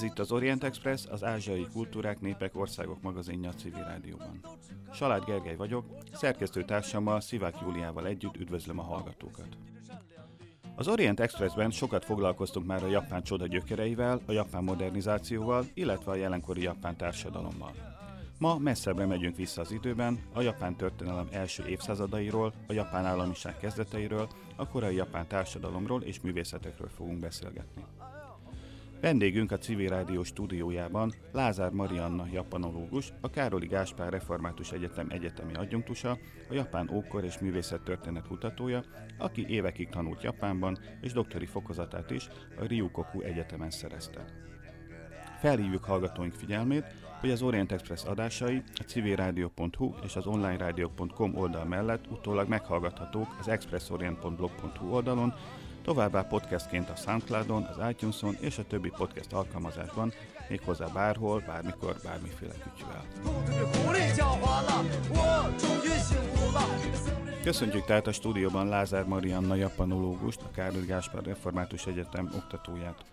Ez itt az Orient Express, az ázsiai kultúrák, népek, országok magazinja a Civil Rádióban. Salád Gergely vagyok, szerkesztőtársammal, Szivák Júliával együtt üdvözlöm a hallgatókat. Az Orient Expressben sokat foglalkoztunk már a japán csoda gyökereivel, a japán modernizációval, illetve a jelenkori japán társadalommal. Ma messzebbre megyünk vissza az időben, a japán történelem első évszázadairól, a japán államiság kezdeteiről, a korai japán társadalomról és művészetekről fogunk beszélgetni. Vendégünk a Civil Rádió stúdiójában Lázár Marianna japanológus, a Károli Gáspár Református Egyetem egyetemi adjunktusa, a japán ókor és művészettörténet kutatója, aki évekig tanult Japánban, és doktori fokozatát is a Ryukoku Egyetemen szerezte. Felhívjuk hallgatóink figyelmét, hogy az Orient Express adásai a civilradio.hu és az onlineradio.com oldal mellett utólag meghallgathatók az expressorient.blog.hu oldalon, továbbá podcastként a Soundcloudon, az iTunes-on és a többi podcast alkalmazásban, méghozzá bárhol, bármikor, bármiféle kütyüvel. Köszöntjük tehát a stúdióban Lázár Marianna japanológust, a Károli Gáspár Református Egyetem oktatóját.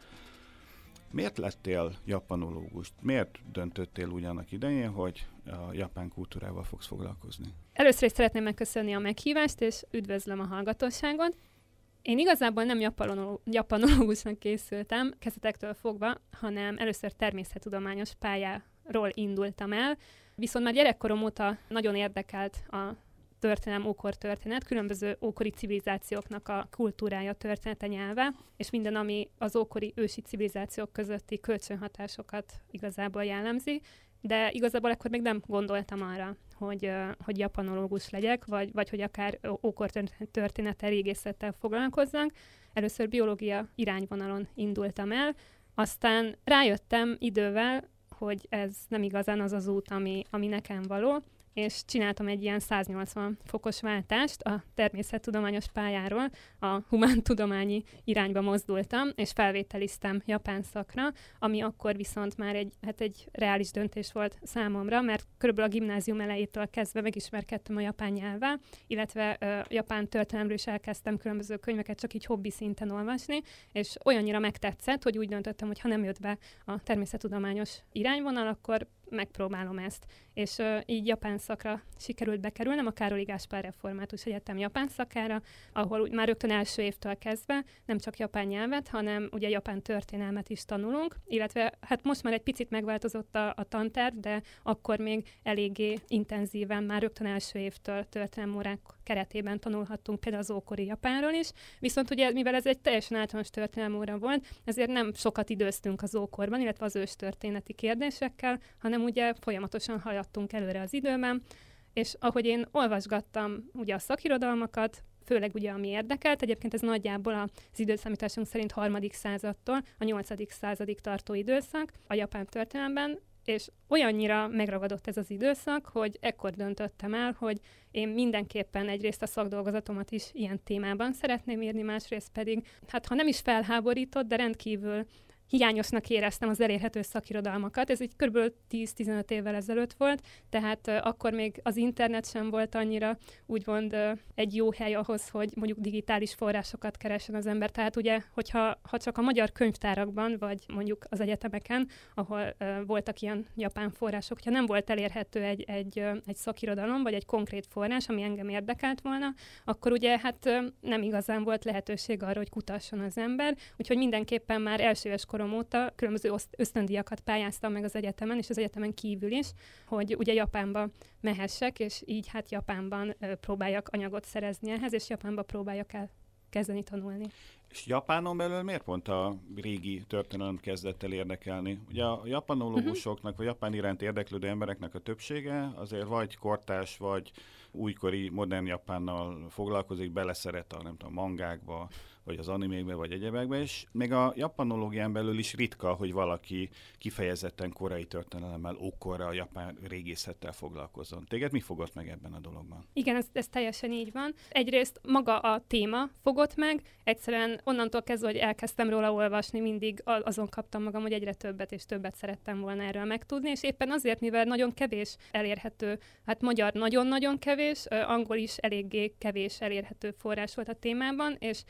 Miért lettél japanológus? Miért döntöttél úgy annak idején, hogy a japán kultúrával fogsz foglalkozni? Először is szeretném megköszönni a meghívást, és üdvözlöm a hallgatóságot. Én igazából nem japanológusnak készültem kezdetektől fogva, hanem először természettudományos pályáról indultam el, viszont már gyerekkorom óta nagyon érdekelt a történelem, ókor történet, különböző ókori civilizációknak a kultúrája, története, nyelve, és minden, ami az ókori ősi civilizációk közötti kölcsönhatásokat igazából jellemzi, de igazából akkor még nem gondoltam arra, hogy japanológus legyek, vagy hogy akár ókor történettel, régészettel foglalkozzak. Először biológia irányvonalon indultam el, aztán rájöttem idővel, hogy ez nem igazán az az út, ami nekem való, és csináltam egy ilyen 180 fokos váltást a természettudományos pályáról, a humántudományi irányba mozdultam, és felvételiztem japán szakra, ami akkor viszont már egy reális döntés volt számomra, mert körülbelül a gimnázium elejétől kezdve megismerkedtem a japán nyelvvel, illetve japán történelemről is elkezdtem különböző könyveket csak így hobbi szinten olvasni, és olyannyira megtetszett, hogy úgy döntöttem, hogy ha nem jött be a természettudományos irányvonal, akkor megpróbálom ezt. És így japán szakra sikerült bekerülnem, a Károli Gáspár Református Egyetem japán szakára, ahol már rögtön első évtől kezdve nem csak japán nyelvet, hanem ugye japán történelmet is tanulunk, illetve hát most már egy picit megváltozott a tanterv, de akkor még eléggé intenzíven már rögtön első évtől történelmórák keretében tanulhattunk például az ókori Japánról is, viszont ugye mivel ez egy teljesen általános történelmóra volt, ezért nem sokat időztünk az ókorban, illetve az őstörténeti kérdésekkel, hanem ugye folyamatosan haladtunk előre az időben, és ahogy én olvasgattam ugye a szakirodalmakat, főleg ugye ami érdekelt, egyébként ez nagyjából az időszámításunk szerint 3. századtól a 8. századig tartó időszak a japán történelemben, és olyannyira megragadott ez az időszak, hogy ekkor döntöttem el, hogy én mindenképpen egyrészt a szakdolgozatomat is ilyen témában szeretném írni, másrészt pedig, hát ha nem is felháborított, de rendkívül hiányosnak éreztem az elérhető szakirodalmakat. Ez így kb. 10-15 évvel ezelőtt volt, tehát akkor még az internet sem volt annyira úgymond egy jó hely ahhoz, hogy mondjuk digitális forrásokat keressen az ember. Tehát ugye, ha csak a magyar könyvtárakban, vagy mondjuk az egyetemeken, ahol voltak ilyen japán források, hogyha nem volt elérhető egy szakirodalom, vagy egy konkrét forrás, ami engem érdekelt volna, akkor ugye hát nem igazán volt lehetőség arra, hogy kutasson az ember. Úgyhogy mindenképpen már első éves korom óta különböző ösztöndíjakat pályáztam meg az egyetemen, és az egyetemen kívül is, hogy ugye Japánba mehessek, és így hát Japánban próbáljak anyagot szerezni ehhez, és Japánba próbáljak el kezdeni tanulni. És Japánon belül miért pont a régi történelem kezdett el érdekelni? Ugye a japanológusoknak, vagy Japán iránt érdeklődő embereknek a többsége azért vagy kortárs, vagy újkori, modern Japánnal foglalkozik, beleszeret a mangákba, vagy az animékbe, vagy egyebekbe, és még a japanológián belül is ritka, hogy valaki kifejezetten korai történelemmel, ókorra, a japán régészettel foglalkozzon. Téged mi fogott meg ebben a dologban? Igen, ez teljesen így van. Egyrészt maga a téma fogott meg, egyszerűen onnantól kezdve, hogy elkezdtem róla olvasni, mindig azon kaptam magam, hogy egyre többet és többet szerettem volna erről megtudni, és éppen azért, mivel nagyon kevés elérhető, hát magyar nagyon-nagyon kevés, angol is eléggé kevés elérhető forrás volt a témában, és mivel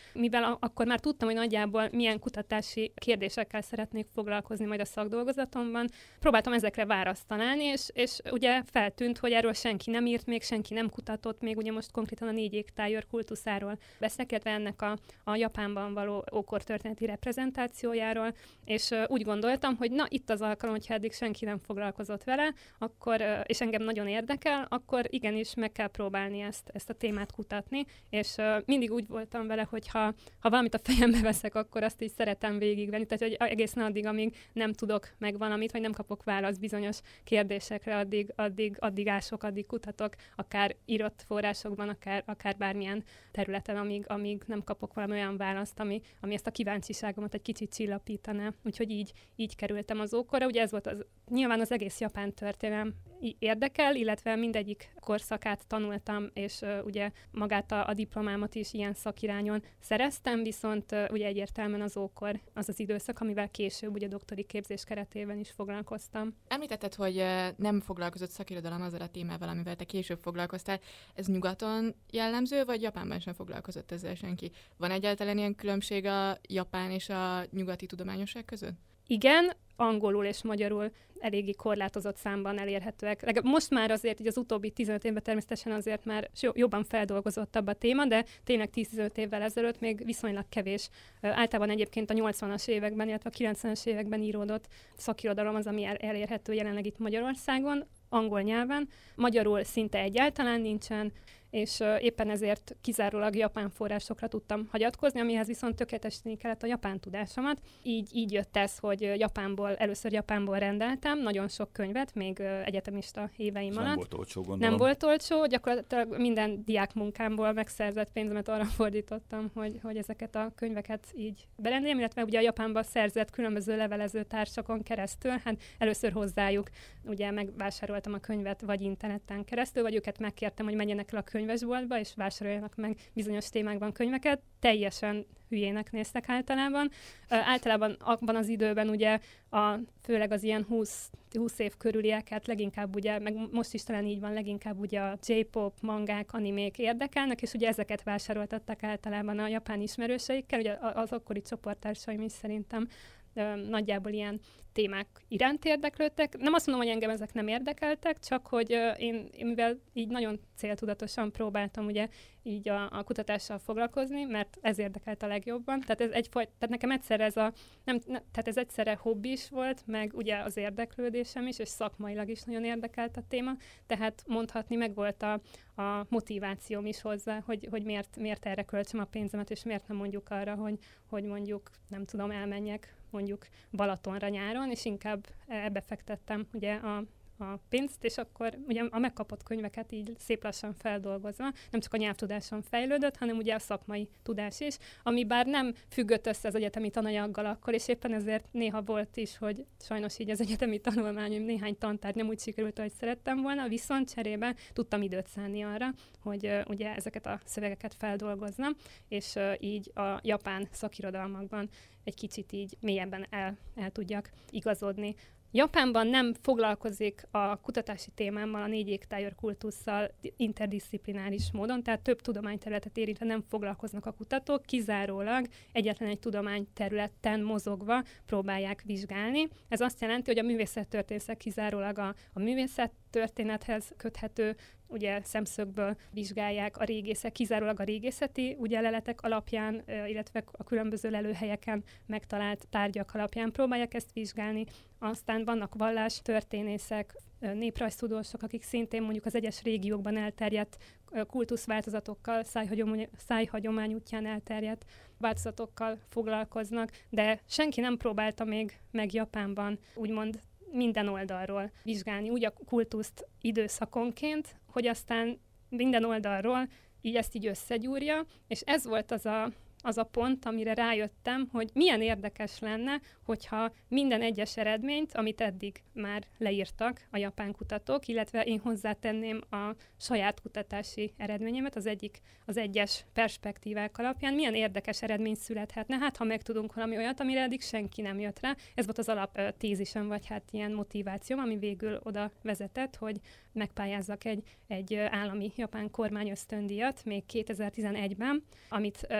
akkor már tudtam, hogy nagyjából milyen kutatási kérdésekkel szeretnék foglalkozni majd a szakdolgozatomban. Próbáltam ezekre választ találni, és ugye feltűnt, hogy erről senki nem írt még, senki nem kutatott még, ugye most konkrétan a 4 jégtájőr kultuszáról beszélek, illetve ennek a Japánban való ókortörténeti reprezentációjáról, és úgy gondoltam, hogy na, itt az alkalom, hogyha eddig senki nem foglalkozott vele, akkor, és engem nagyon érdekel, akkor igenis meg kell próbálni ezt a témát kutatni, és mindig úgy voltam vele, hogy ha valamit a fejembe veszek, akkor azt is szeretem végigvenni, tehát hogy egészen addig, amíg nem tudok meg valamit, vagy nem kapok választ bizonyos kérdésekre, addig ások, addig kutatok, akár írott forrásokban, akár bármilyen területen, amíg nem kapok valami olyan választ, ami ezt a kíváncsiságomat egy kicsit csillapítaná. Úgyhogy így kerültem az ókorra. Ugye ez volt nyilván az egész japán történelem érdekel, illetve mindegyik korszakát tanultam, és ugye magát a diplomámat is ilyen szakirányon szereztem, viszont ugye egyértelműen az ókor az az időszak, amivel később ugye doktori képzés keretében is foglalkoztam. Említetted, hogy nem foglalkozott szakirodalom azzal a témával, amivel te később foglalkoztál. Ez nyugaton jellemző, vagy Japánban sem foglalkozott ezzel senki? Van egyáltalán ilyen különbség a japán és a nyugati tudományosság között? Igen, angolul és magyarul eléggé korlátozott számban elérhetőek. Most már azért, így az utóbbi 15 évben természetesen azért már jobban feldolgozottabb a téma, de tényleg 10-15 évvel ezelőtt még viszonylag kevés. Általában egyébként a 80-as években, illetve a 90-es években íródott szakirodalom az, ami elérhető jelenleg itt Magyarországon, angol nyelven. Magyarul szinte egyáltalán nincsen, és éppen ezért kizárólag japán forrásokra tudtam hagyatkozni, amihez viszont tökéletesíteni kellett a japán tudásomat. Így jött ez, hogy először Japánból rendeltem nagyon sok könyvet, még egyetemista éveim alatt. Nem volt olcsó, gondolom. Nem volt olcsó, gyakorlatilag minden diákmunkámból megszerzett pénzemet arra fordítottam, hogy ezeket a könyveket így berendeljem, illetve ugye a Japánban szerzett különböző levelező társakon keresztül, hát először hozzájuk ugye megvásároltam a könyvet vagy interneten keresztül, vagy őket megkértem, hogy menjenek el a könyvesboltba, és vásároljanak meg bizonyos témákban könyveket. Teljesen hülyének néztek általában. Általában abban az időben ugye főleg az ilyen 20 év körülieket leginkább ugye, meg most is talán így van, leginkább ugye a J-pop, mangák, animék érdekelnek, és ugye ezeket vásároltattak általában a japán ismerőseikkel, ugye az akkori csoporttársaim is szerintem nagyjából ilyen témák iránt érdeklődtek. Nem azt mondom, hogy engem ezek nem érdekeltek, csak hogy én mivel így nagyon céltudatosan próbáltam ugye így a kutatással foglalkozni, mert ez érdekelt a legjobban. Tehát nekem egyszerre tehát ez egyszerre hobbi is volt, meg ugye az érdeklődésem is, és szakmailag is nagyon érdekelt a téma, tehát mondhatni meg volt a motivációm is hozzá, hogy miért erre költsem a pénzemet, és miért nem mondjuk arra, hogy mondjuk nem tudom, elmenjek mondjuk Balatonra nyáron, és inkább ebbe fektettem ugye a pénzt, és akkor ugye a megkapott könyveket így szép lassan feldolgozva, nem csak a nyelvtudásom fejlődött, hanem ugye a szakmai tudás is, ami bár nem függött össze az egyetemi tananyaggal akkor, és éppen ezért néha volt is, hogy sajnos így az egyetemi tanulmányom néhány tantárgy nem úgy sikerült, ahogy szerettem volna, viszont cserébe tudtam időt szánni arra, hogy ugye ezeket a szövegeket feldolgoznam, és így a japán szakirodalmakban egy kicsit így mélyebben el tudjak igazodni. Japánban nem foglalkozik a kutatási témámmal, a 4 jégtájőr kultusszal interdisziplináris módon, tehát több tudományterületet érintve nem foglalkoznak a kutatók, kizárólag egyetlen egy tudományterületen mozogva próbálják vizsgálni. Ez azt jelenti, hogy a művészettörténészek kizárólag a művészettörténethez köthető ugye szemszögből vizsgálják, a régészek kizárólag a régészeti ugye leletek alapján, illetve a különböző lelőhelyeken megtalált tárgyak alapján próbálják ezt vizsgálni. Aztán vannak vallástörténészek, néprajztudósok, akik szintén mondjuk az egyes régiókban elterjedt kultuszváltozatokkal, szájhagyomány útján elterjedt változatokkal foglalkoznak, de senki nem próbálta még meg Japánban úgymond minden oldalról vizsgálni, úgy a kultuszt időszakonként, hogy aztán minden oldalról ezt így összegyúrja, és ez volt az a pont, amire rájöttem, hogy milyen érdekes lenne, hogyha minden egyes eredményt, amit eddig már leírtak a japán kutatók, illetve én hozzátenném a saját kutatási eredményemet az egyes perspektívák alapján, milyen érdekes eredmény születhetne, hát ha megtudunk valami olyat, amire eddig senki nem jött rá. Ez volt az alaptézisem, vagy hát ilyen motivációm, ami végül oda vezetett, hogy megpályázzak egy állami japán kormány ösztöndíjat még 2011-ben, amit a nagy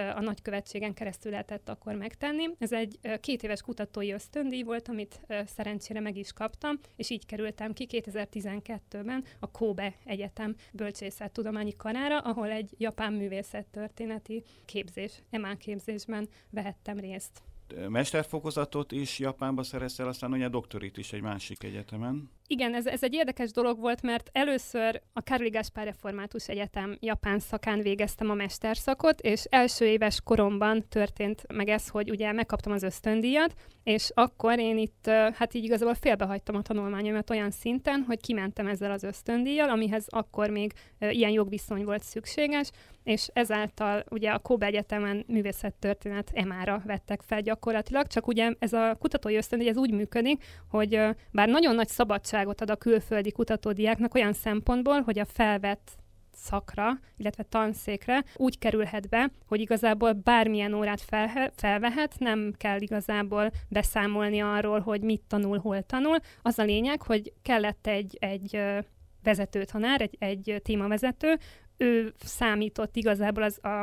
nagykövetségen keresztül lehetett akkor megtenni. Ez egy 2 éves kutatói ösztöndíj volt, amit szerencsére meg is kaptam, és így kerültem ki 2012-ben a Kobe Egyetem bölcsészettudományi karára, ahol egy japán művészettörténeti képzés, EMAN képzésben vehettem részt. Mesterfokozatot is Japánba szereztél, aztán ugye doktorit is egy másik egyetemen. Igen, ez egy érdekes dolog volt, mert először a Károly Gáspár Református Egyetem japán szakán végeztem a mesterszakot, és első éves koromban történt meg ez, hogy ugye megkaptam az ösztöndíjat, és akkor én itt hát így igazából félbehagytam a tanulmányomat olyan szinten, hogy kimentem ezzel az ösztöndíjjal, amihez akkor még ilyen jogviszony volt szükséges, és ezáltal ugye a Kobe Egyetemen művészettörténet EMA-ra vettek fel gyakorlatilag, csak ugye ez a kutatói ösztöndíj ez úgy működik, hogy bár nagyon nagy szabadságot ad a külföldi kutatódiáknak olyan szempontból, hogy a felvett szakra, illetve tanszékre úgy kerülhet be, hogy igazából bármilyen órát felvehet, nem kell igazából beszámolni arról, hogy mit tanul, hol tanul. Az a lényeg, hogy kellett egy vezetőtanár, egy témavezető, ő számított igazából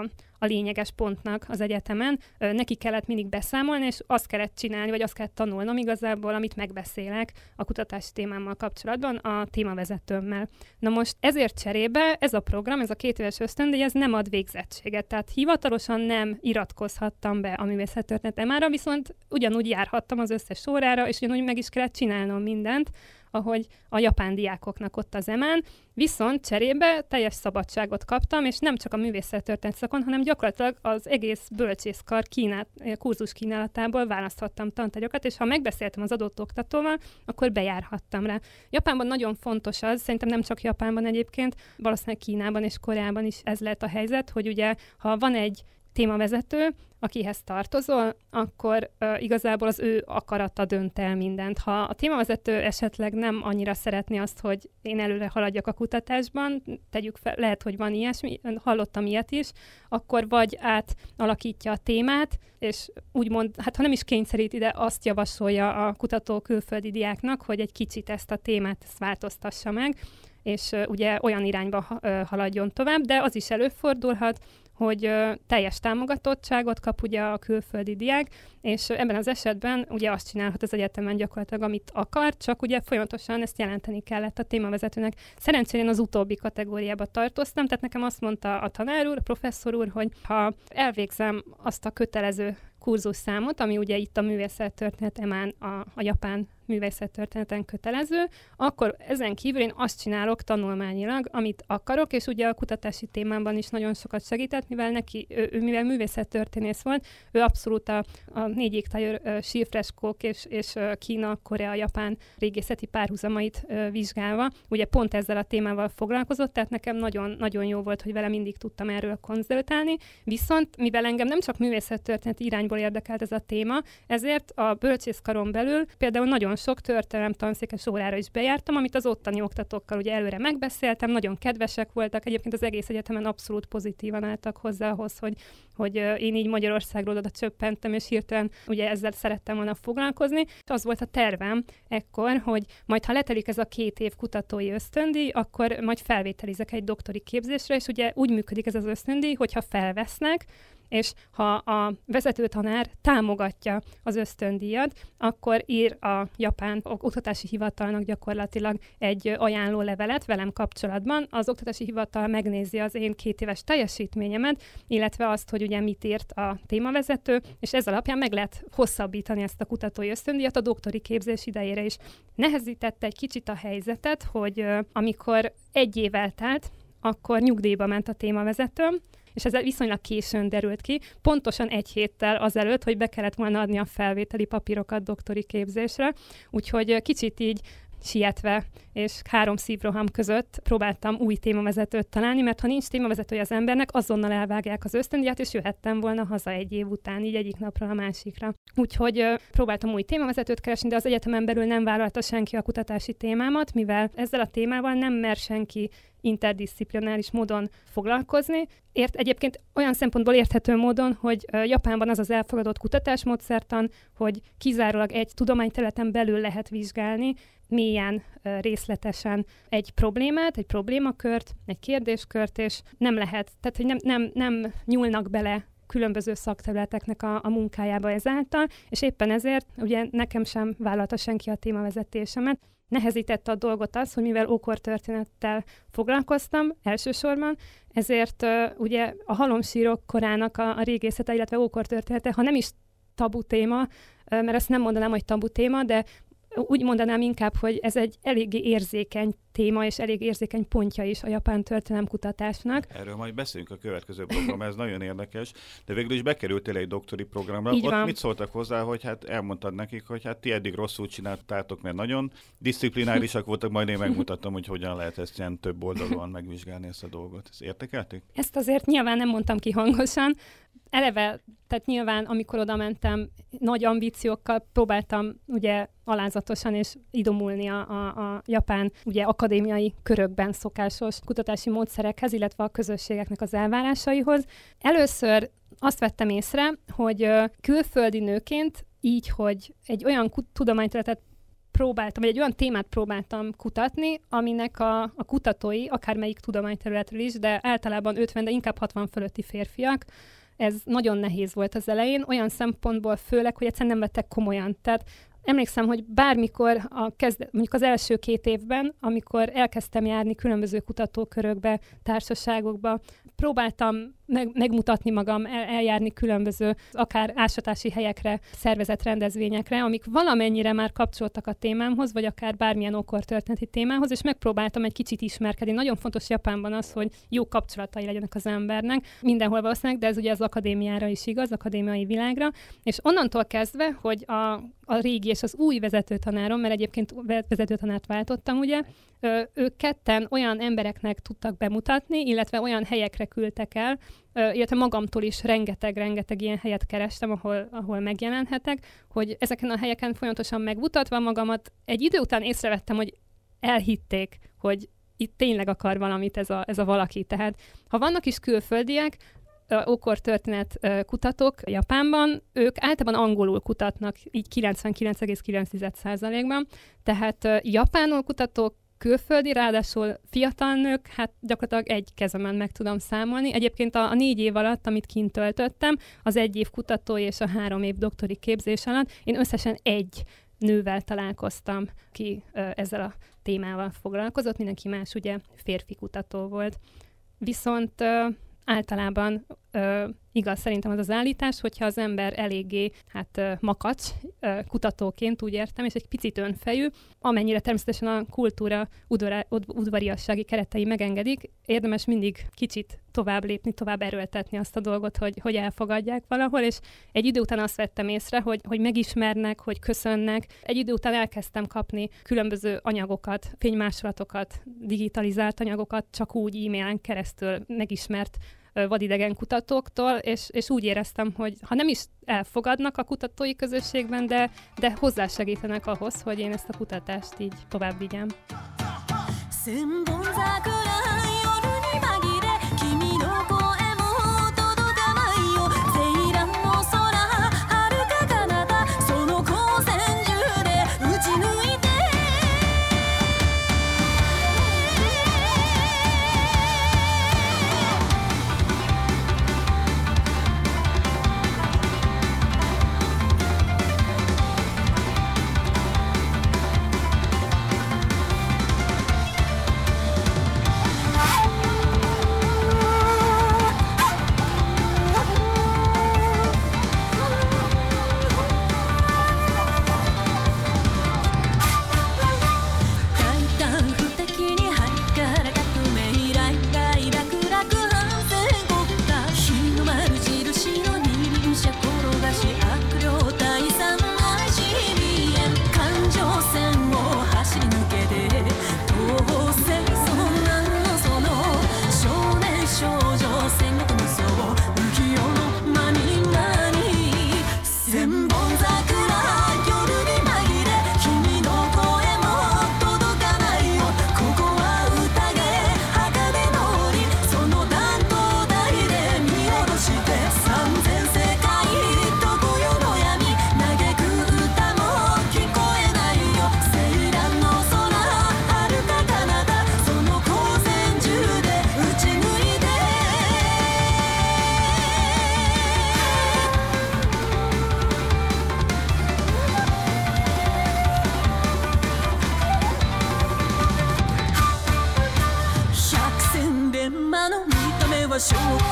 a lényeges pontnak az egyetemen. Neki kellett mindig beszámolni, és azt kellett csinálni, vagy azt kellett tanulnom igazából, amit megbeszélek a kutatási témámmal kapcsolatban a témavezetőmmel. Na most ezért cserébe ez a program, ez a 2 éves ösztöndíj, ez nem ad végzettséget. Tehát hivatalosan nem iratkozhattam be a művészettörténet EMA-ra, viszont ugyanúgy járhattam az összes órára, és ugyanúgy meg is kellett csinálnom mindent, ahogy a japán diákoknak ott az EMA-n, viszont cserébe teljes szabadságot kaptam, és nem csak a művészettörténet szakon, hanem gyakorlatilag az egész bölcsészkar kurzus kínálatából választhattam tantárgyakat, és ha megbeszéltem az adott oktatóval, akkor bejárhattam rá. Japánban nagyon fontos az, szerintem nem csak Japánban egyébként, valószínűleg Kínában és Koreában is ez lehet a helyzet, hogy ugye, ha van egy témavezető, akihez tartozol, akkor igazából az ő akarata dönt el mindent. Ha a témavezető esetleg nem annyira szeretné azt, hogy én előre haladjak a kutatásban, tegyük fel, lehet, hogy van ilyesmi, hallottam ilyet is, akkor vagy átalakítja a témát, és úgymond, hát ha nem is kényszeríti, de azt javasolja a kutató külföldi diáknak, hogy egy kicsit ezt a témát változtassa meg, és ugye olyan irányba haladjon tovább, de az is előfordulhat, hogy teljes támogatottságot kap ugye a külföldi diák, és ebben az esetben ugye azt csinálhat az egyetemen gyakorlatilag, amit akar, csak ugye folyamatosan ezt jelenteni kellett a témavezetőnek. Szerencsére én az utóbbi kategóriába tartoztam, tehát nekem azt mondta a tanár úr, a professzor úr, hogy ha elvégzem azt a kötelező kurzusszámot, ami ugye itt a művészettörténet EMA-n a japán művészettörténeten kötelező, akkor ezen kívül én azt csinálok tanulmányilag, amit akarok, és ugye a kutatási témámban is nagyon sokat segített, mivel mivel művészettörténész volt, ő abszolút a 4 égtájör sírfreskók és Kína, Korea, Japán régészeti párhuzamait vizsgálva, ugye pont ezzel a témával foglalkozott, tehát nekem nagyon jó volt, hogy vele mindig tudtam erről konzultálni, viszont mivel engem nem csak művészettörténeti irányból érdekelt ez a téma, ezért a bölcsészkaron belül például nagyon sok történelem tanszékes órára is bejártam, amit az ottani oktatókkal ugye előre megbeszéltem, nagyon kedvesek voltak, egyébként az egész egyetemen abszolút pozitívan álltak hozzá ahhoz, hogy én így Magyarországról oda csöppentem, és hirtelen ugye ezzel szerettem volna foglalkozni. Az volt a tervem ekkor, hogy majd ha letelik ez a 2 év kutatói ösztöndíj, akkor majd felvételizek egy doktori képzésre, és ugye úgy működik ez az ösztöndíj, hogyha felvesznek, és ha a vezetőtanár támogatja az ösztöndíjat, akkor ír a japán oktatási hivatalnak gyakorlatilag egy ajánló levelet velem kapcsolatban. Az oktatási hivatal megnézi az én 2 éves teljesítményemet, illetve azt, hogy ugye mit írt a témavezető, és ez alapján meg lehet hosszabbítani ezt a kutatói ösztöndíjat a doktori képzés idejére is. Nehezítette egy kicsit a helyzetet, hogy amikor 1 év eltelt, akkor nyugdíjba ment a témavezetőm, és ez viszonylag későn derült ki, pontosan 1 héttel azelőtt, hogy be kellett volna adni a felvételi papírokat doktori képzésre, úgyhogy kicsit így sietve és 3 szívroham között próbáltam új témavezetőt találni, mert ha nincs témavezetője az embernek, azonnal elvágják az ösztöndíjat, és jöhettem volna haza 1 év után, így egyik napról a másikra. Úgyhogy próbáltam új témavezetőt keresni, de az egyetemen belül nem vállalta senki a kutatási témámat, mivel ezzel a témával nem mer senki interdisziplináris módon foglalkozni. Egyébként olyan szempontból érthető módon, hogy Japánban az az elfogadott kutatásmódszertan, hogy kizárólag egy tudományterületen belül lehet vizsgálni, mélyen, részletesen egy problémát, egy problémakört, egy kérdéskört, és nem lehet, tehát hogy nem nyúlnak bele különböző szakterületeknek a munkájába ezáltal, és éppen ezért ugye nekem sem vállalta senki a témavezetésemet. Nehezítette a dolgot az, hogy mivel ókortörténettel foglalkoztam elsősorban, ezért ugye a halomsírok korának a régészete, illetve ókortörténete, ha nem is tabu téma, mert ezt nem mondanám, hogy tabu téma, de úgy mondanám inkább, hogy ez egy eléggé érzékeny téma, és elég érzékeny pontja is a japán történelemkutatásnak. Erről majd beszélünk a következő programban, ez nagyon érdekes, de végül is bekerültél egy doktori programra. Így ott van. mit szóltak hozzá, hogy hát elmondtad nekik, hogy hát ti eddig rosszul csináltátok, mert nagyon disziplinárisak voltak, majd én megmutatom, hogy hogyan lehet ezt ilyen több oldalon megvizsgálni ezt a dolgot. Ezt értékelték? Ezt azért nyilván nem mondtam ki hangosan. Eleve, tehát nyilván, amikor oda mentem, nagy ambíciókkal próbáltam ugye alázatosan és idomulni a japán ugye akadémiai körökben szokásos kutatási módszerekhez, illetve a közösségeknek az elvárásaihoz. Először azt vettem észre, hogy külföldi nőként így, hogy egy olyan tudományterületet próbáltam, vagy egy olyan témát próbáltam kutatni, aminek a kutatói, akármelyik tudományterületről is, de általában 50, de inkább 60 fölötti férfiak. Ez nagyon nehéz volt az elején, olyan szempontból főleg, hogy egyszerűen nem vettek komolyan. Tehát emlékszem, hogy bármikor mondjuk az első 2 évben, amikor elkezdtem járni különböző kutatókörökbe, társaságokba, próbáltam megmutatni magam, eljárni különböző, akár ásatási helyekre, szervezett rendezvényekre, amik valamennyire már kapcsoltak a témámhoz, vagy akár bármilyen ókortörténeti témához, és megpróbáltam egy kicsit ismerkedni. Nagyon fontos Japánban az, hogy jó kapcsolatai legyenek az embernek, mindenhol valószínűleg, de ez ugye az akadémiára is igaz, akadémiai világra, és onnantól kezdve, hogy a régi és az új vezetőtanárom, mert egyébként vezetőtanárt váltottam, ugye, ők ketten olyan embereknek tudtak bemutatni, illetve olyan helyekre küldtek el, illetve magamtól is rengeteg ilyen helyet kerestem, ahol megjelenhetek, hogy ezeken a helyeken folyamatosan megmutatva magamat, egy idő után észrevettem, hogy elhitték, hogy itt tényleg akar valamit ez a valaki. Tehát ha vannak is külföldiek, ókortörténet kutatók Japánban, ők általában angolul kutatnak, így 99,9%-ban, tehát japánul kutatók, külföldi, ráadásul fiatal nők, hát gyakorlatilag egy kezemen meg tudom számolni. Egyébként a 4 év alatt, amit kint töltöttem, az 1 év kutatói és a 3 év doktori képzés alatt, én összesen 1 nővel találkoztam, ki ezzel a témával foglalkozott, mindenki más ugye férfi kutató volt. Viszont általában igaz szerintem az állítás, hogyha az ember eléggé makacs kutatóként, úgy értem, és egy picit önfejű, amennyire természetesen a kultúra udvariassági keretei megengedik, érdemes mindig kicsit tovább lépni, tovább erőltetni azt a dolgot, hogy elfogadják valahol, és egy idő után azt vettem észre, hogy megismernek, hogy köszönnek. Egy idő után elkezdtem kapni különböző anyagokat, fénymásolatokat, digitalizált anyagokat, csak úgy e-mailen keresztül megismert vadidegen kutatóktól, és úgy éreztem, hogy ha nem is elfogadnak a kutatói közösségben, de hozzásegítenek ahhoz, hogy én ezt a kutatást így tovább vigyem.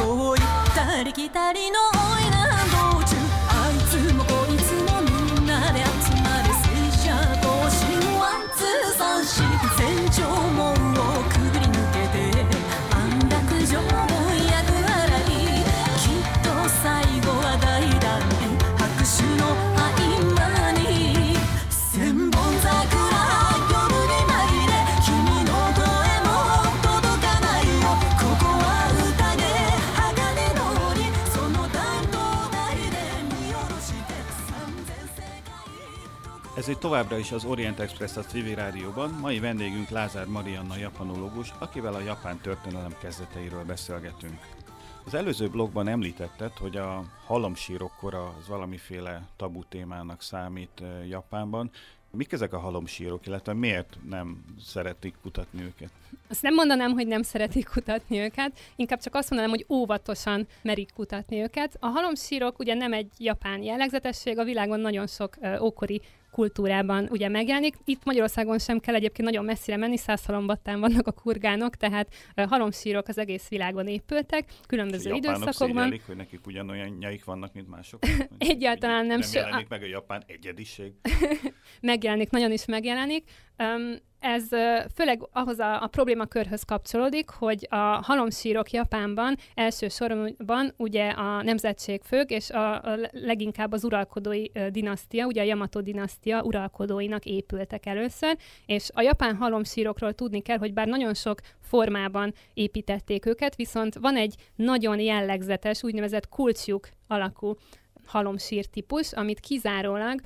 こういったりきたりのおいな道中あいつもこいつもみんなで集まる水車行進ワンツー三四戦場門をくぐり抜けて安楽城も役払いきっと最後は大団円拍手の合間に千本桜夜に紛れ君の声も届かないよここは宴鋼通りその大灯台で見下ろして三千世界 Ez itt továbbra is az Orient Express a civil rádióban. Mai vendégünk Lázár Marianna japanológus, akivel a japán történelem kezdeteiről beszélgetünk. Az előző blogban említetted, hogy a halomsírok kora az valamiféle tabu témának számít Japánban. Mik ezek a halomsírok, illetve miért nem szeretik kutatni őket? Azt nem mondanám, hogy nem szeretik kutatni őket, inkább csak azt mondanám, hogy óvatosan merik kutatni őket. A halomsírok ugye nem egy japán jellegzetesség, a világon nagyon sok ókori kultúrában ugye megjelenik. Itt Magyarországon sem kell egyébként nagyon messzire menni, Szászhalombattán vannak a kurgánok, tehát halomsírok az egész világon épültek, különböző időszakokban. Szégyelik, hogy nekik ugyanolyan nyaik vannak, mint mások? Egyáltalán nem. Nem jelenik meg a japán egyediség? Megjelenik, nagyon is megjelenik. Ez főleg ahhoz a problémakörhöz kapcsolódik, hogy a halomsírok Japánban elsősorban ugye a nemzetségfők és a leginkább az uralkodói dinasztia, ugye a Yamato dinasztia uralkodóinak épültek először, és a japán halomsírokról tudni kell, hogy bár nagyon sok formában építették őket, viszont van egy nagyon jellegzetes, úgynevezett kulcsjuk alakú halomsír típus, amit kizárólag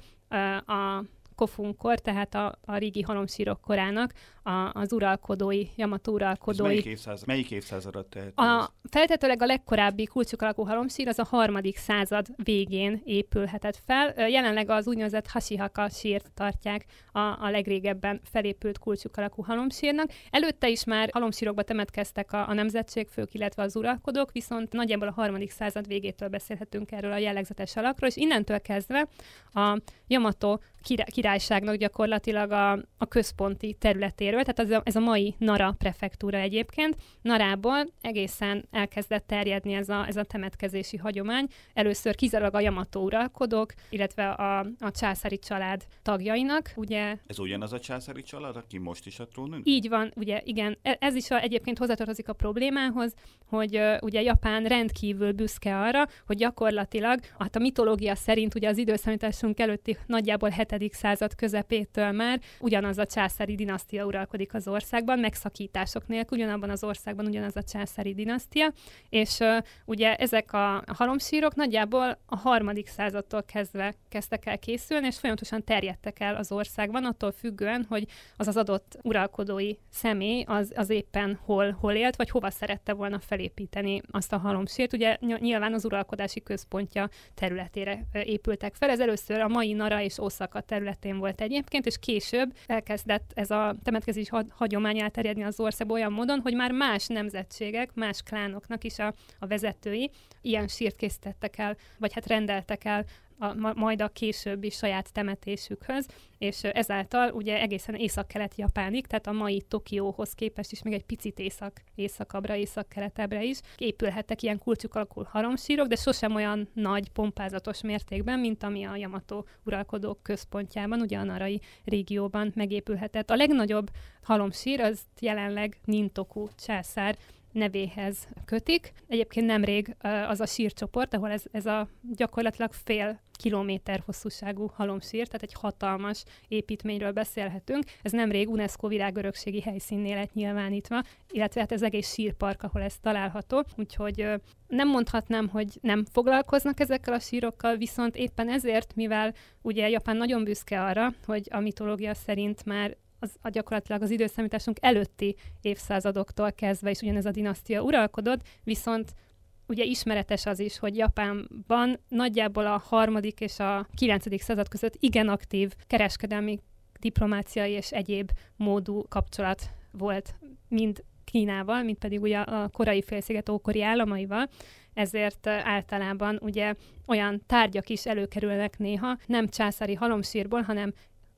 a Kofunkor, tehát a régi halomsírok korának az uralkodói, Yamato uralkodói. Melyik évszázadra tehető? Feltetőleg a legkorábbi kulcsuk alakú halomsír az a 3. század végén épülhetett fel. Jelenleg az úgynevezett Hashihaka sírt tartják a legrégebben felépült kulcsuk alakú halomsírnak. Előtte is már halomsírokba temetkeztek a nemzetségfők, illetve az uralkodók, viszont nagyjából a 3. század végétől beszélhetünk erről a jellegzetes alakról, és innentől kezdve a Yamato királyságnak gyakorlatilag a központi területéről, tehát ez a mai Nara prefektúra egyébként. Narából egészen elkezdett terjedni ez a temetkezési hagyomány. Először kizárólag a Yamato uralkodók, illetve a császári család tagjainak. Ugye, ez ugyanaz a császári család, aki most is a trónon? Így van, ugye igen. Ez is egyébként hozzátartozik a problémához, hogy ugye Japán rendkívül büszke arra, hogy gyakorlatilag, hát a mitológia szerint ugye az időszámításunk előtti nagyjából 7. század közepétől már ugyanaz a császári dinasztia uralkodik az országban, megszakítások nélkül, ugyanabban az országban ugyanaz a császári dinasztia, és ugye ezek a halomsírok nagyjából a 3. századtól kezdtek el készülni, és folyamatosan terjedtek el az országban, attól függően, hogy az adott uralkodói személy az éppen hol élt, vagy hova szerette volna felépíteni azt a halomsírt. Ugye nyilván az uralkodási központja területére épültek fel. Ez először a mai Nara és Oszaka területén volt egyébként, és később elkezdett ez a temetkezés hagyomány elterjedni az országban olyan módon, hogy már más nemzetségek, más klánoknak is a vezetői ilyen sírt készítettek el, vagy hát rendeltek el majd a későbbi saját temetésükhöz, és ezáltal ugye egészen észak-kelet-Japánig, tehát a mai Tokióhoz képest is még egy picit északabbra, észak-keletebbre is épülhettek ilyen kulcsuk alakú halomsírok, de sosem olyan nagy, pompázatos mértékben, mint ami a Yamato uralkodók központjában, ugye a Narai régióban megépülhetett. A legnagyobb halomsír az jelenleg Nintoku császár nevéhez kötik. Egyébként nemrég az a sírcsoport, ahol ez a gyakorlatilag fél kilométer hosszúságú halomsír, tehát egy hatalmas építményről beszélhetünk. Ez nemrég UNESCO világörökségi helyszínnél lett nyilvánítva, illetve hát ez egész sírpark, ahol ez található. Úgyhogy nem mondhatnám, hogy nem foglalkoznak ezekkel a sírokkal, viszont éppen ezért, mivel ugye Japán nagyon büszke arra, hogy a mitológia szerint már gyakorlatilag az időszámításunk előtti évszázadoktól kezdve is ugyanez a dinasztia uralkodott, viszont ugye ismeretes az is, hogy Japánban nagyjából a 3. és a 9. század között igen aktív kereskedelmi, diplomáciai és egyéb módú kapcsolat volt mind Kínával, mint pedig ugye a korai félsziget ókori államaival, ezért általában ugye olyan tárgyak is előkerülnek néha, nem császári halomsírból, hanem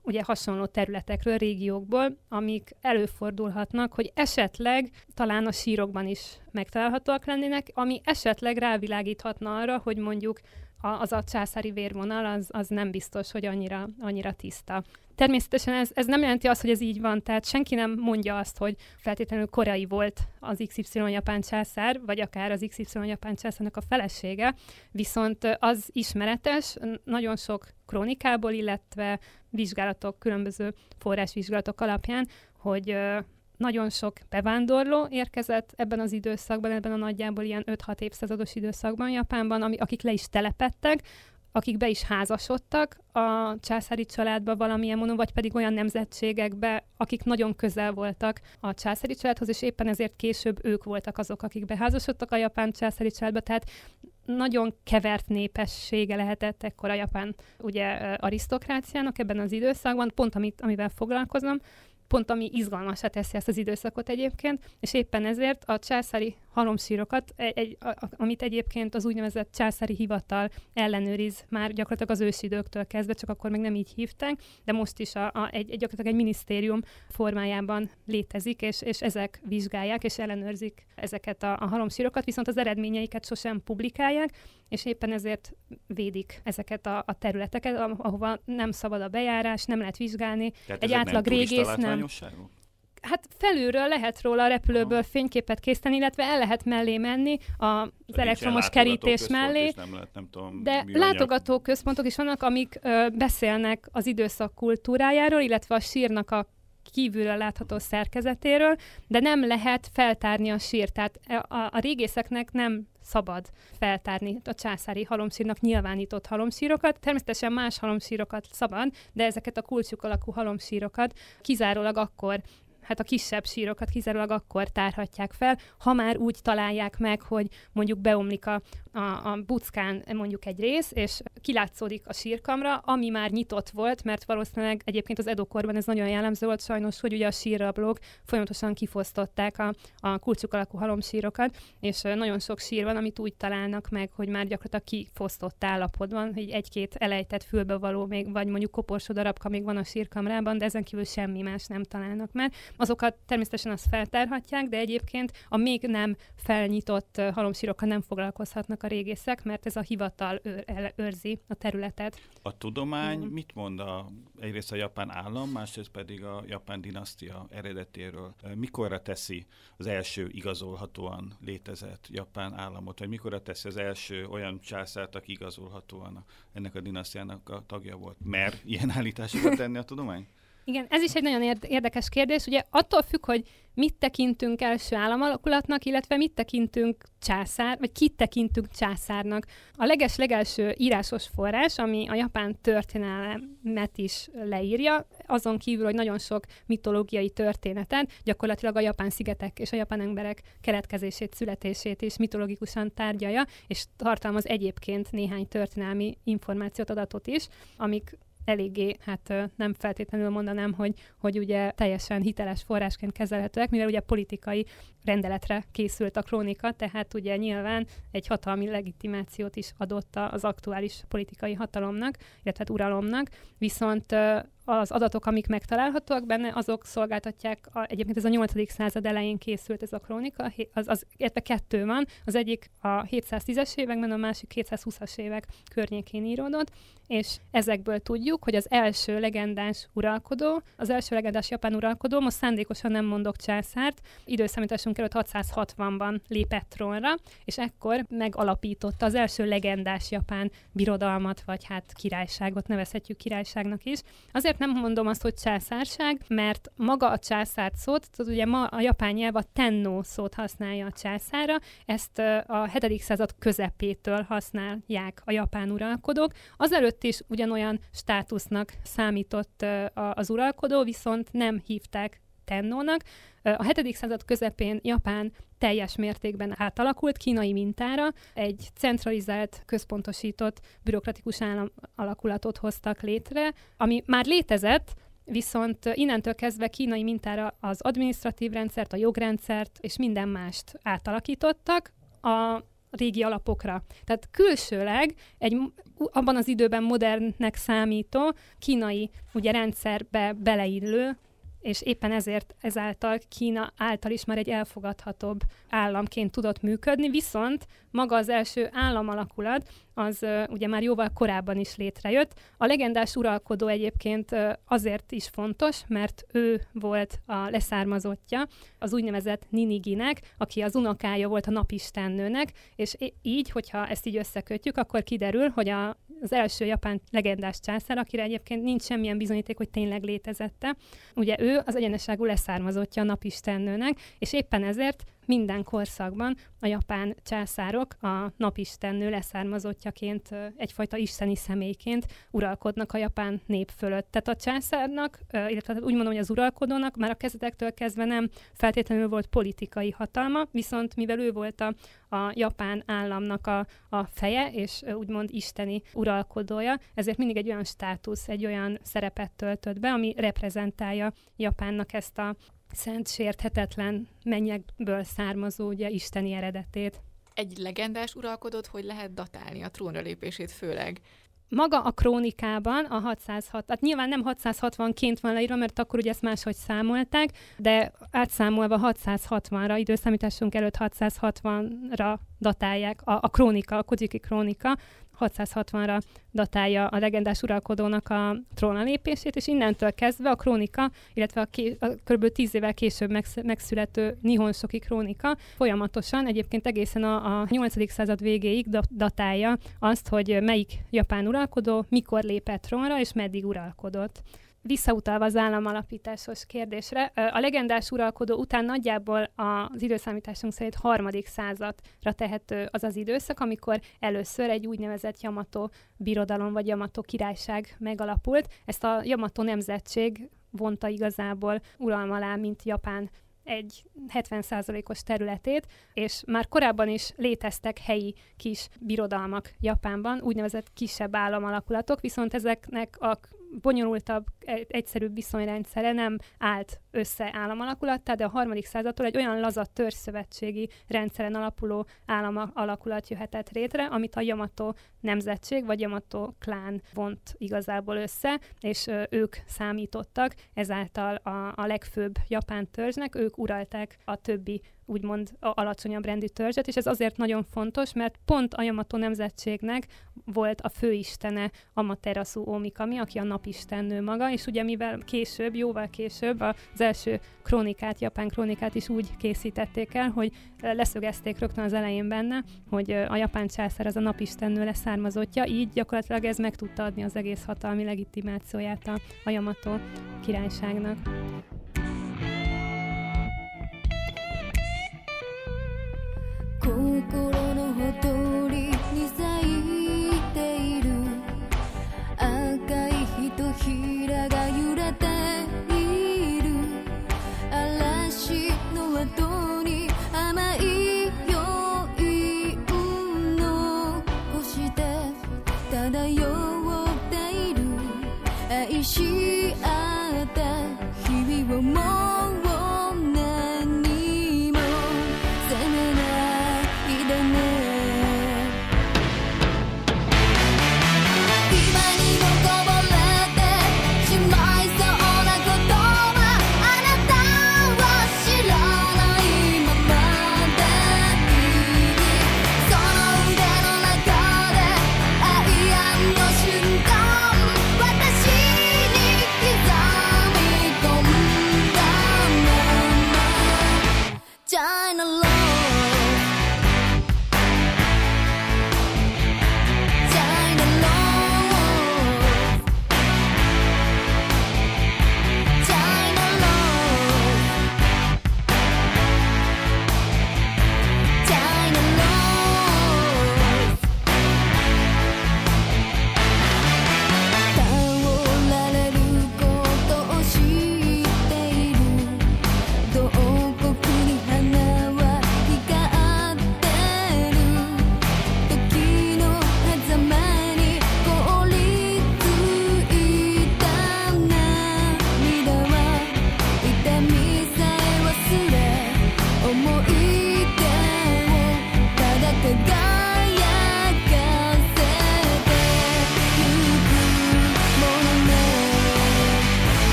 ugye hasonló területekről, régiókból, amik előfordulhatnak, hogy esetleg talán a sírokban is megtalálhatóak lennének, ami esetleg rávilágíthatna arra, hogy mondjuk az a császári vérvonal az nem biztos, hogy annyira tiszta. Természetesen ez nem jelenti azt, hogy ez így van, tehát senki nem mondja azt, hogy feltétlenül korai volt az XY japán császár, vagy akár az XY japán császárnak a felesége, viszont az ismeretes, nagyon sok krónikából, illetve vizsgálatok, különböző forrásvizsgálatok alapján, hogy nagyon sok bevándorló érkezett ebben az időszakban, ebben a nagyjából ilyen 5-6 évszázados időszakban Japánban, akik le is telepedtek, akik be is házasodtak a császári családba valamilyen módon, vagy pedig olyan nemzetségekbe, akik nagyon közel voltak a császári családhoz, és éppen ezért később ők voltak azok, akik beházasodtak a japán császári családba, tehát nagyon kevert népessége lehetett ekkor a japán ugye, arisztokráciának ebben az időszakban, pont amivel foglalkozom, pont ami izgalmasá teszi ezt az időszakot egyébként, és éppen ezért a császári halomsírokat, amit egyébként az úgynevezett császári hivatal ellenőriz már gyakorlatilag az ősidőktől kezdve, csak akkor még nem így hívták, de most is gyakorlatilag egy minisztérium formájában létezik, és ezek vizsgálják és ellenőrzik ezeket a halomsírokat, viszont az eredményeiket sosem publikálják, és éppen ezért védik ezeket a területeket, ahova nem szabad a bejárás, nem lehet vizsgálni. Tehát egy átlag régész nem. Hát felülről lehet róla a repülőből fényképet készíteni, illetve el lehet mellé menni az elektromos kerítés mellé. De látogatóközpontok is vannak, amik beszélnek az időszak kultúrájáról, illetve a sírnak a kívülről látható szerkezetéről, de nem lehet feltárni a sírt. Tehát a régészeknek nem szabad feltárni a császári halomsírnak nyilvánított halomsírokat. Természetesen más halomsírokat szabad, de ezeket a kulcsuk alakú halomsírokat kizárólag akkor, hát a kisebb sírokat kizárólag akkor tárhatják fel, ha már úgy találják meg, hogy mondjuk beomlik a buckán mondjuk egy rész, és kilátszódik a sírkamra, ami már nyitott volt, mert valószínűleg egyébként az Edo-korban ez nagyon jellemző volt sajnos, hogy ugye a sírrablók folyamatosan kifosztották a kulcsuk alakú halomsírokat, és nagyon sok sír van, amit úgy találnak meg, hogy már gyakorlatilag kifosztott állapotban, hogy egy-két elejtett fülbevaló még, vagy mondjuk koporsó darabka még van a sírkamrában, de ezen kívül semmi más nem találnak már. Azokat természetesen azt feltárhatják, de egyébként a még nem felnyitott halomsírokkal nem foglalkozhatnak a régészek, mert ez a hivatal őrzi a területet. A tudomány mit mond egyrészt a japán állam, másrészt pedig a japán dinasztia eredetéről? Mikorra teszi az első igazolhatóan létezett japán államot, vagy mikorra teszi az első olyan császárt, aki igazolhatóan ennek a dinasztiának a tagja volt? Mer ilyen állításokat tenni a tudomány? Igen, ez is egy nagyon érdekes kérdés. Ugye attól függ, hogy mit tekintünk első államalakulatnak, illetve mit tekintünk vagy kit tekintünk császárnak. A legelső írásos forrás, ami a japán történelmet is leírja, azon kívül, hogy nagyon sok mitológiai történetet, gyakorlatilag a japán szigetek és a japán emberek keletkezését, születését is mitológikusan tárgyalja, és tartalmaz egyébként néhány történelmi információt, adatot is, amik eléggé, nem feltétlenül mondanám, hogy ugye teljesen hiteles forrásként kezelhetőek, mivel ugye politikai rendeletre készült a krónika, tehát ugye nyilván egy hatalmi legitimációt is adott az aktuális politikai hatalomnak, illetve uralomnak, viszont az adatok, amik megtalálhatóak benne, azok szolgáltatják, egyébként ez a 8. század elején készült ez a krónika, illetve 2 van, az egyik a 710-es években, a másik 720-as évek környékén íródott, és ezekből tudjuk, hogy az első legendás uralkodó, az első legendás japán uralkodó, most szándékosan nem mondok császárt, időszámításunk előtt 660-ban lépett trónra, és ekkor megalapította az első legendás japán birodalmat, vagy királyságot, nevezhetjük királyságnak is. Azért nem mondom azt, hogy császárság, mert maga a császár szót, ugye ma a japán nyelv a tenno szót használja a császára, ezt a 7. század közepétől használják a japán uralkodók. Azelőtt is ugyanolyan státusznak számított az uralkodó, viszont nem hívták tennónak. A 7. század közepén Japán teljes mértékben átalakult kínai mintára, egy centralizált, központosított, bürokratikus állam alakulatot hoztak létre, ami már létezett, viszont innentől kezdve kínai mintára az adminisztratív rendszert, a jogrendszert és minden mást átalakítottak. régi alapokra. Tehát külsőleg abban az időben modernnek számító kínai ugye, rendszerbe beleillő, és éppen ezáltal Kína által is már egy elfogadhatóbb államként tudott működni, viszont maga az első államalakulat az ugye már jóval korábban is létrejött. A legendás uralkodó egyébként azért is fontos, mert ő volt a leszármazottja az úgynevezett Niniginek, aki az unokája volt a napistennőnek, és így, hogyha ezt így összekötjük, akkor kiderül, hogy az első japán legendás császár, akire egyébként nincs semmilyen bizonyíték, hogy tényleg létezette, ugye ő az egyenesságú leszármazottja a napistennőnek, és éppen ezért minden korszakban a japán császárok a napistennő leszármazottjaként, egyfajta isteni személyként uralkodnak a japán nép fölött. Tehát a császárnak, illetve úgy mondom, hogy az uralkodónak már a kezdetektől kezdve nem feltétlenül volt politikai hatalma, viszont mivel ő volt a japán államnak a feje, és úgymond isteni uralkodója, ezért mindig egy olyan státusz, egy olyan szerepet töltött be, ami reprezentálja Japánnak ezt a szent, sérthetetlen mennyekből származó ugye, isteni eredetét. Egy legendás uralkodót hogy lehet datálni, a trónra lépését főleg? Maga a krónikában a 606, hát nyilván nem 660-ként van leírva, mert akkor ugye ezt máshogy számolták, de átszámolva 660-ra, időszámításunk előtt 660-ra datálják a krónika, a Kojiki krónika, 660-ra datálja a legendás uralkodónak a trónra lépését, és innentől kezdve a krónika, illetve a kb. 10 évvel később megszülető Nihonshoki krónika folyamatosan, egyébként egészen a 8. század végéig datálja azt, hogy melyik japán uralkodó mikor lépett trónra, és meddig uralkodott. Visszautalva az államalapításos kérdésre, a legendás uralkodó után nagyjából az időszámításunk szerint 3. századra tehető az az időszak, amikor először egy úgynevezett Jamato birodalom vagy Jamato királyság megalapult. Ezt a Jamato nemzetség vonta igazából uralma alá, mint Japán egy 70%-os területét, és már korábban is léteztek helyi kis birodalmak Japánban, úgynevezett kisebb államalakulatok, viszont ezeknek a bonyolultabb, egyszerűbb viszonyrendszere nem állt össze államalakulat, de a 3. századtól egy olyan laza törzszövetségi rendszeren alapuló államalakulat jöhetett létre, amit a Jamato nemzetség vagy Jamato klán vont igazából össze, és ők számítottak ezáltal a legfőbb japán törzsnek, ők uralták a többi úgymond alacsonyabb rendű törzset, és ez azért nagyon fontos, mert pont a Jamato nemzetségnek volt a főistene Amaterasu Omikami, aki a napistennő maga, és ugye mivel később, jóval később az első krónikát, japán krónikát is úgy készítették el, hogy leszögezték rögtön az elején benne, hogy a japán császár az a napistennő leszármazottja, így gyakorlatilag ez meg tudta adni az egész hatalmi legitimációját a Jamato királyságnak. 心のほとりに咲いている赤いひとひらが揺れている嵐の後に甘い余韻残して漂っている愛し合った日々をもう何にも責めないでね私に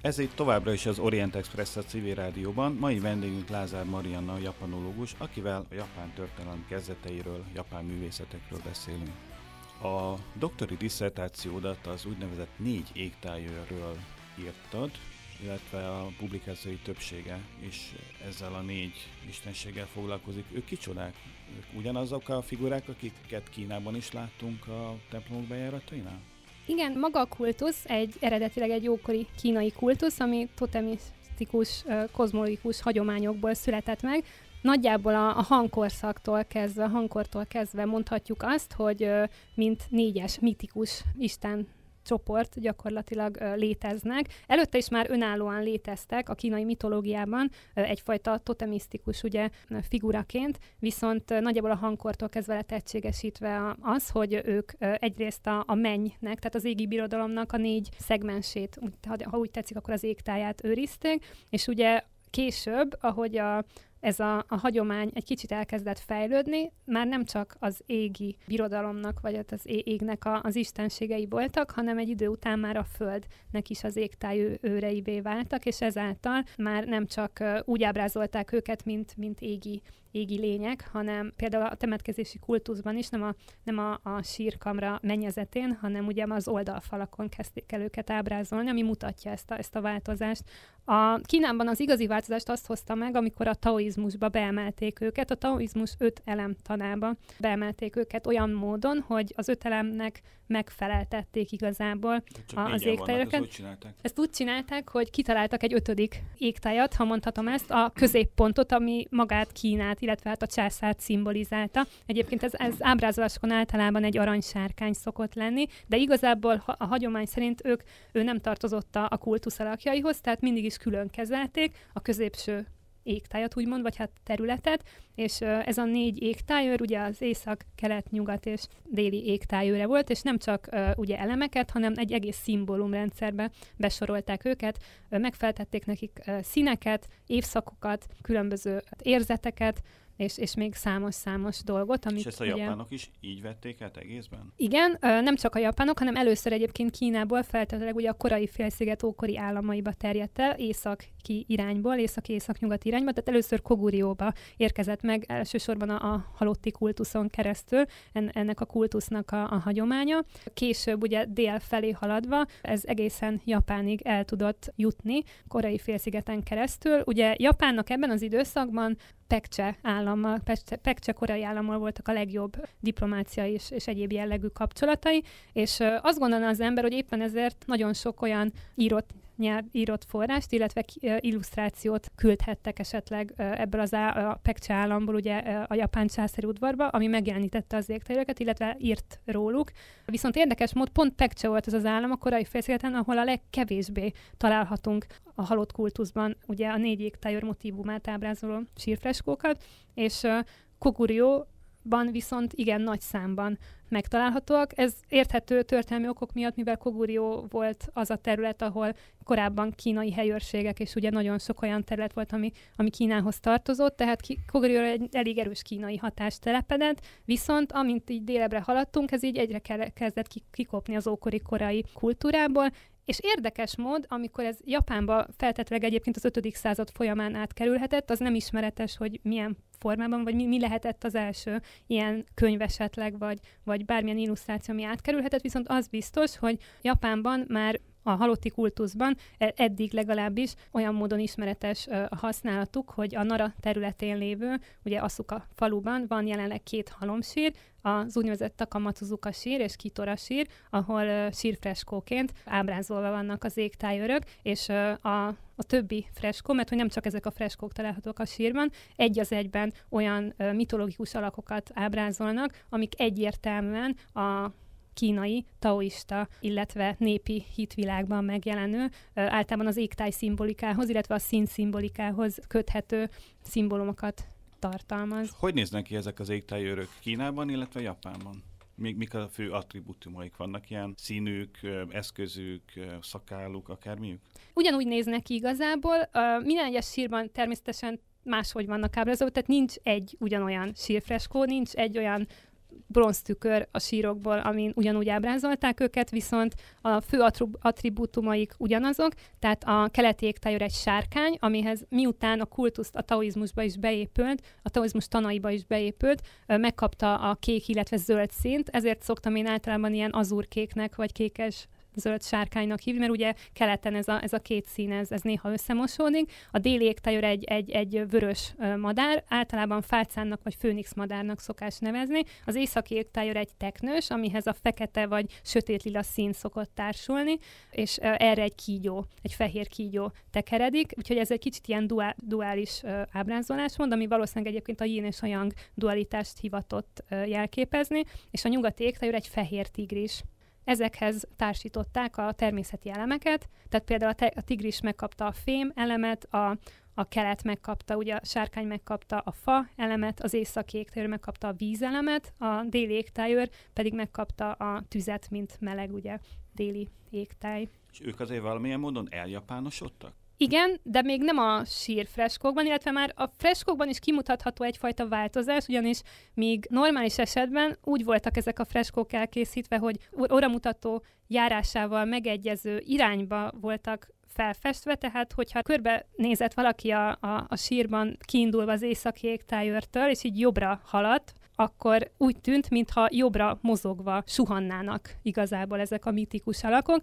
Ez itt továbbra is az Orient Express a Civil Rádióban. Mai vendégünk Lázár Marianna, japanológus, akivel a japán történelem kezdeteiről, japán művészetekről beszélünk. A doktori disszertációdat az úgynevezett 4 égtájőről írtad, illetve a publikációi többsége is ezzel a 4 istenséggel foglalkozik. Ők kicsodák? Ők ugyanazok a figurák, akiket Kínában is láttunk a templomok bejáratainál? Igen, maga a kultusz eredetileg egy ókori kínai kultusz, ami totemisztikus, kozmológikus hagyományokból született meg. Nagyjából a hangkortól kezdve mondhatjuk azt, hogy mint 4-es mitikus isten csoport gyakorlatilag léteznek. Előtte is már önállóan léteztek a kínai mitológiában egyfajta totemisztikus figuraként, viszont nagyjából a hangkortól kezdve lett egységesítve az, hogy ők egyrészt a mennynek, tehát az égi birodalomnak a 4 szegmensét, ha úgy tetszik, akkor az égtáját őrizték, és ugye később, ahogy ez a hagyomány egy kicsit elkezdett fejlődni, már nem csak az égi birodalomnak, vagy az égnek az istenségei voltak, hanem egy idő után már a földnek is az égtáj őreivé váltak, és ezáltal már nem csak úgy ábrázolták őket, mint égi lények, hanem például a temetkezési kultuszban is nem a sírkamra mennyezetén, hanem ugye az oldalfalakon kezdték el őket ábrázolni, ami mutatja ezt a változást. A Kínában az igazi változást azt hozta meg, amikor a taoizmusba beemelték őket, a taoizmus 5 elem tanába beemelték őket olyan módon, hogy az 5 elemnek megfeleltették igazából az égtájokat. Ezt úgy csinálták, hogy kitaláltak egy 5. égtájat, ha mondhatom ezt, a középpontot, ami magát Kínát, illetve hát a császárt szimbolizálta. Egyébként ez ábrázolásokon általában egy aranysárkány szokott lenni, de igazából a hagyomány szerint ő nem tartozott a kultusz alakjaihoz, tehát mindig is külön kezelték a középső égtájat, úgymond, vagy hát területet, és ez a 4 égtájőr ugye az észak, kelet, nyugat és déli égtájőre volt, és nem csak ugye elemeket, hanem egy egész szimbólumrendszerbe besorolták őket, megfeltették nekik színeket, évszakokat, különböző érzeteket, és még számos dolgot. Amit és ezt a japánok is így vették át egészben? Igen, nem csak a japánok, hanem először egyébként Kínából feltétlenül ugye a korai félsziget ókori államaiba terjedt el, északi irányból, észak-észak-nyugat irányba, tehát először Kogurióba érkezett meg elsősorban a halotti kultuszon keresztül, ennek a kultusznak a hagyománya. Később ugye dél felé haladva ez egészen Japánig el tudott jutni, korai félszigeten keresztül. Ugye Japánnak ebben az időszakban Pekcse korai állammal voltak a legjobb diplomáciai és egyéb jellegű kapcsolatai, és azt gondolna az ember, hogy éppen ezért nagyon sok olyan írott forrást, illetve illusztrációt küldhettek esetleg ebből a Pekcse államból ugye a japán császári udvarba, ami megjelenítette az égtájőröket, illetve írt róluk. Viszont érdekes mód pont Pekcse volt az az állam a korai félszigeten, ahol a legkevésbé találhatunk a halott kultuszban ugye a 4 égtájőr motívumát ábrázoló sírfreskókat, és Kogurióban viszont igen nagy számban megtalálhatóak. Ez érthető történelmi okok miatt, mivel Kogurió volt az a terület, ahol korábban kínai helyőrségek, és ugye nagyon sok olyan terület volt, ami Kínához tartozott, tehát Kogurióra egy elég erős kínai hatást telepedett, viszont amint így délebre haladtunk, ez így egyre kezdett kikopni az ókori korai kultúrából, és érdekes mód, amikor ez Japánba feltetőleg egyébként az 5. század folyamán átkerülhetett, az nem ismeretes, hogy milyen formában, vagy mi lehetett az első ilyen könyv esetleg, vagy bármilyen illusztráció, ami átkerülhetett, viszont az biztos, hogy Japánban már a halotti kultuszban eddig legalábbis olyan módon ismeretes a használatuk, hogy a Nara területén lévő, ugye Asuka faluban van jelenleg 2 halomsír, az úgynevezett Takamatsuzuka sír és Kitora sír, ahol sírfreskóként ábrázolva vannak az égtájőrök, és a többi freskó, mert hogy nem csak ezek a freskók találhatók a sírban, egy az egyben olyan mitológikus alakokat ábrázolnak, amik egyértelműen a kínai, taoista, illetve népi hitvilágban megjelenő, általában az égtáj szimbolikához, illetve a szín szimbolikához köthető szimbólumokat tartalmaz. Hogy néznek ki ezek az égtájőrök Kínában, illetve Japánban? Mik a fő attribútumaik vannak? Ilyen színük, eszközük, szakáluk, akármiük? Ugyanúgy néznek ki igazából. Minden egyes sírban természetesen máshogy vannak ábrázolva, tehát nincs egy ugyanolyan sírfreskó, nincs egy olyan bronztükör a sírokból, amin ugyanúgy ábrázolták őket, viszont a fő attribútumaik ugyanazok, tehát a keleti égtájőr egy sárkány, amihez miután a kultuszt a taoizmusba is beépült, a taoizmus tanaiba is beépült, megkapta a kék, illetve zöld színt, ezért szoktam én általában ilyen azurkéknek, vagy kékes zöld sárkánynak hívni, mert ugye keleten ez a két szín, ez néha összemosódik. A déli égtájőr egy vörös madár, általában fácánnak vagy főnix madárnak szokás nevezni. Az északi égtájőr egy teknős, amihez a fekete vagy sötétlila szín szokott társulni, és erre egy kígyó, egy fehér kígyó tekeredik, úgyhogy ez egy kicsit ilyen duális ábrázolásmód, ami valószínűleg egyébként a yin és a yang dualitást hivatott jelképezni, és a nyugati égtájőr egy fehér tigris. Ezekhez társították a természeti elemeket, tehát például a tigris megkapta a fém elemet, a kelet megkapta, ugye a sárkány megkapta a fa elemet, az északi égtájőr megkapta a víz elemet, a déli égtájőr pedig megkapta a tüzet, mint meleg, ugye, déli égtáj. És ők azért valamilyen módon eljapánosodtak? Igen, de még nem a sírfreskókban, illetve már a freskókban is kimutatható egyfajta változás, ugyanis míg normális esetben úgy voltak ezek a freskók elkészítve, hogy óramutató járásával megegyező irányba voltak felfestve, tehát hogyha körbe nézett valaki a sírban kiindulva az északi égtájőrtől, és így jobbra haladt, akkor úgy tűnt, mintha jobbra mozogva suhannának igazából ezek a mitikus alakok,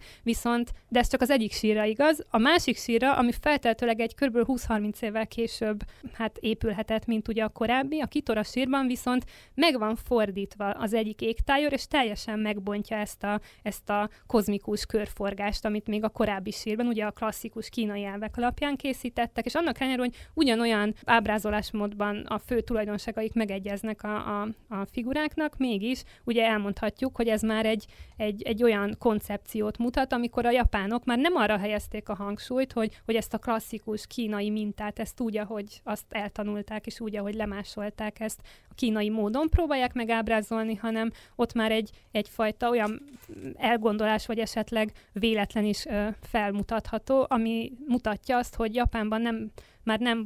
de ez csak az egyik sírra igaz. A másik sírra, ami feltehetőleg egy kb. 20-30 évvel később épülhetett, mint ugye a korábbi, a Kitora sírban viszont meg van fordítva az egyik égtájőr, és teljesen megbontja ezt a kozmikus körforgást, amit még a korábbi sírban, ugye a klasszikus kínai elvek alapján készítettek, és annak ellenére, hogy ugyanolyan ábrázolásmódban a fő tulajdonságaik megegyeznek a figuráknak, mégis ugye elmondhatjuk, hogy ez már egy olyan koncepciót mutat, amikor a japánok már nem arra helyezték a hangsúlyt, hogy ezt a klasszikus kínai mintát, ezt úgy, ahogy azt eltanulták, és úgy, ahogy lemásolták ezt a kínai módon próbálják megábrázolni, hanem ott már egyfajta olyan elgondolás, vagy esetleg véletlen is felmutatható, ami mutatja azt, hogy Japánban már nem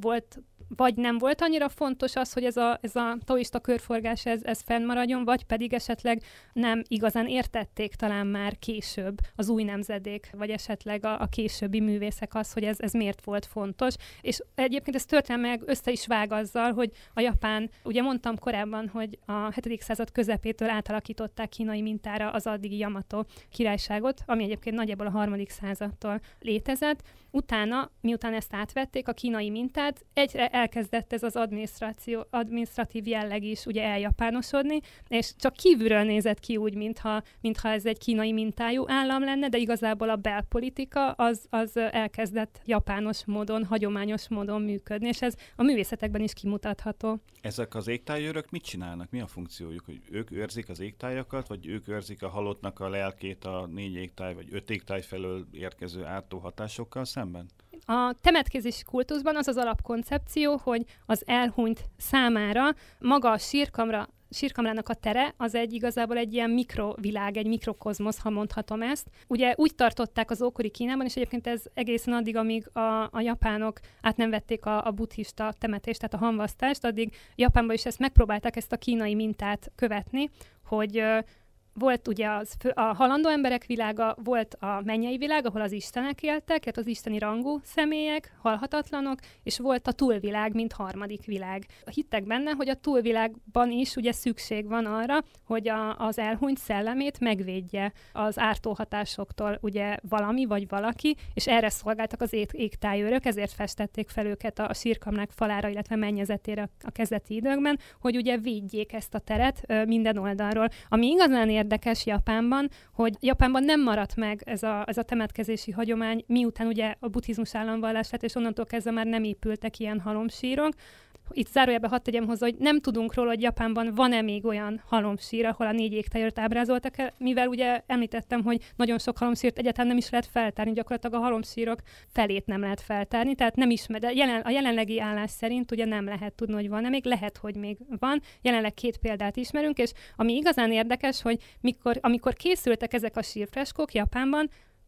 volt annyira fontos az, hogy ez a taoista körforgás ez fennmaradjon, vagy pedig esetleg nem igazán értették talán már később az új nemzedék, vagy esetleg a későbbi művészek az, hogy ez miért volt fontos. És egyébként ez történelmileg össze is vág azzal, hogy a Japán, ugye mondtam korábban, hogy a 7. század közepétől átalakították kínai mintára az addigi Yamato királyságot, ami egyébként nagyjából a 3. századtól létezett. Utána, miután ezt átvették, a kínai mintát, egyre elkezdett ez az adminisztratív jelleg is ugye eljapánosodni, és csak kívülről nézett ki úgy, mintha ez egy kínai mintájú állam lenne, de igazából a belpolitika az elkezdett japános módon, hagyományos módon működni, és ez a művészetekben is kimutatható. Ezek az égtájőrök mit csinálnak? Mi a funkciójuk? Hogy ők őrzik az égtájakat, vagy ők őrzik a halottnak a lelkét a 4 égtáj vagy 5 égtáj felől érkező ártó hatásokkal szemben? A temetkezési kultuszban az alapkoncepció, hogy az elhunyt számára maga a sírkamrának a tere, az igazából egy ilyen mikrovilág, egy mikrokozmosz, ha mondhatom ezt. Ugye úgy tartották az ókori Kínában, és egyébként ez egészen addig, amíg a japánok át nem vették a buddhista temetést, tehát a hamvasztást, addig Japánban is megpróbálták ezt a kínai mintát követni, hogy volt ugye a halandó emberek világa, volt a mennyei világ, ahol az istenek éltek, tehát az isteni rangú személyek, halhatatlanok, és volt a túlvilág, mint harmadik világ. Hittek benne, hogy a túlvilágban is ugye szükség van arra, hogy az elhunyt szellemét megvédje az ártó hatásoktól ugye valami vagy valaki, és erre szolgáltak az égtájőrök, ezért festették fel őket a sírkamrák falára, illetve mennyezetére a kezdeti időkben, hogy ugye védjék ezt a teret minden oldalról. Ami igazán érdekes Japánban, hogy Japánban nem maradt meg ez a temetkezési hagyomány, miután ugye a buddhizmus államvallás lett, és onnantól kezdve már nem épültek ilyen halomsírok. Itt zárójelbe hadd tegyem hozzá, hogy nem tudunk róla, hogy Japánban van-e még olyan halomsír, ahol a 4 égtájőrt ábrázoltak el, mivel ugye említettem, hogy nagyon sok halomsírt egyáltalán nem is lehet feltárni, gyakorlatilag a halomsírok felét nem lehet feltárni, tehát nem ismer, de a jelenlegi állás szerint ugye nem lehet tudni, hogy van-e még, lehet, hogy még van. Jelenleg 2 példát ismerünk, és ami igazán érdekes, hogy amikor készültek ezek a sírfreskók Japánban,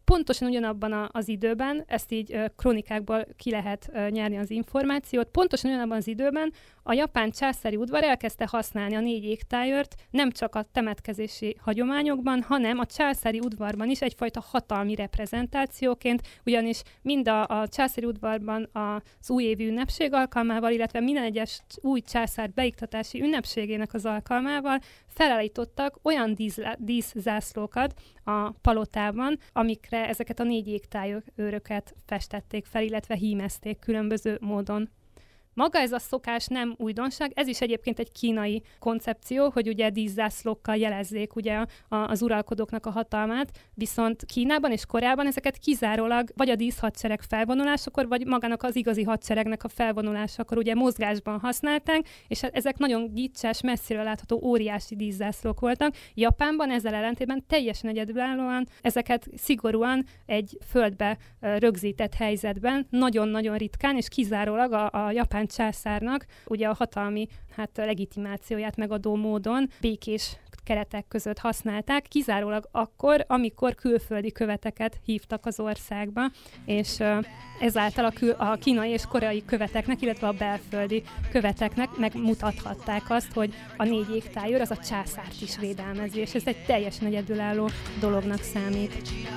pontosan ugyanabban az időben, ezt így kronikákból ki lehet nyerni az információt, pontosan ugyanabban az időben a japán császári udvar elkezdte használni a 4 égtájört nem csak a temetkezési hagyományokban, hanem a császári udvarban is egyfajta hatalmi reprezentációként, ugyanis mind a császári udvarban az újévi ünnepség alkalmával, illetve minden egyes új császár beiktatási ünnepségének az alkalmával felállítottak olyan díszzászlókat a palotában, amikre ezeket a 4 égtájőröket festették fel, illetve hímezték különböző módon. Maga ez a szokás nem újdonság, ez is egyébként egy kínai koncepció, hogy ugye díszzászlókkal jelezzék ugye az uralkodóknak a hatalmát, viszont Kínában és Koreában ezeket kizárólag vagy a díszhadsereg felvonulásakor, vagy magának az igazi hadseregnek a felvonulásakor ugye mozgásban használták, és ezek nagyon gicses, messziről látható óriási díszzászlók voltak. Japánban ezzel ellentétben teljesen egyedülállóan ezeket szigorúan egy földbe rögzített helyzetben, nagyon-nagyon ritkán, és kizárólag a japán császárnak ugye a hatalmi legitimációját megadó módon békés keretek között használták, kizárólag akkor, amikor külföldi követeket hívtak az országba, és ezáltal a kínai és koreai követeknek, illetve a belföldi követeknek megmutathatták azt, hogy a 4 égtájőr az a császárt is védelmezi, és ez egy teljesen egyedülálló dolognak számít.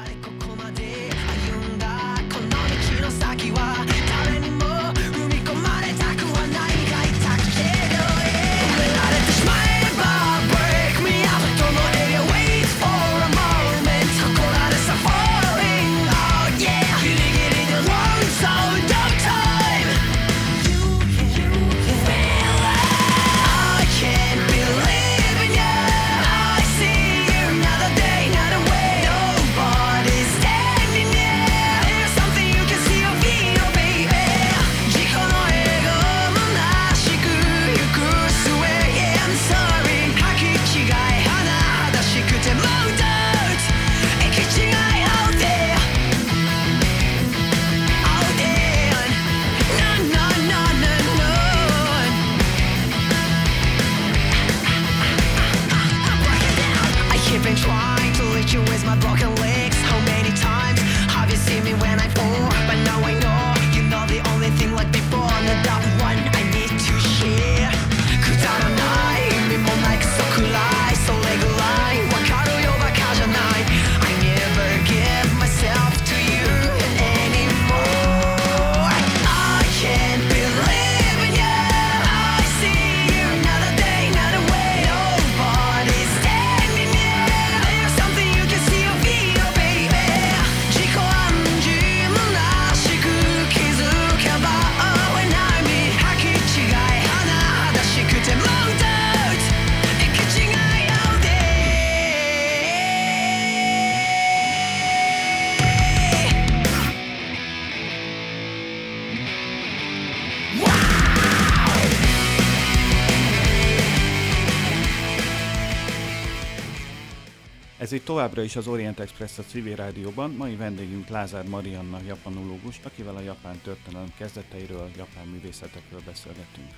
Ez itt továbbra is az Orient Express a Civil Rádióban. Mai vendégünk Lázár Marianna japanológus, akivel a japán történelem kezdeteiről, japán művészetekről beszélgetünk.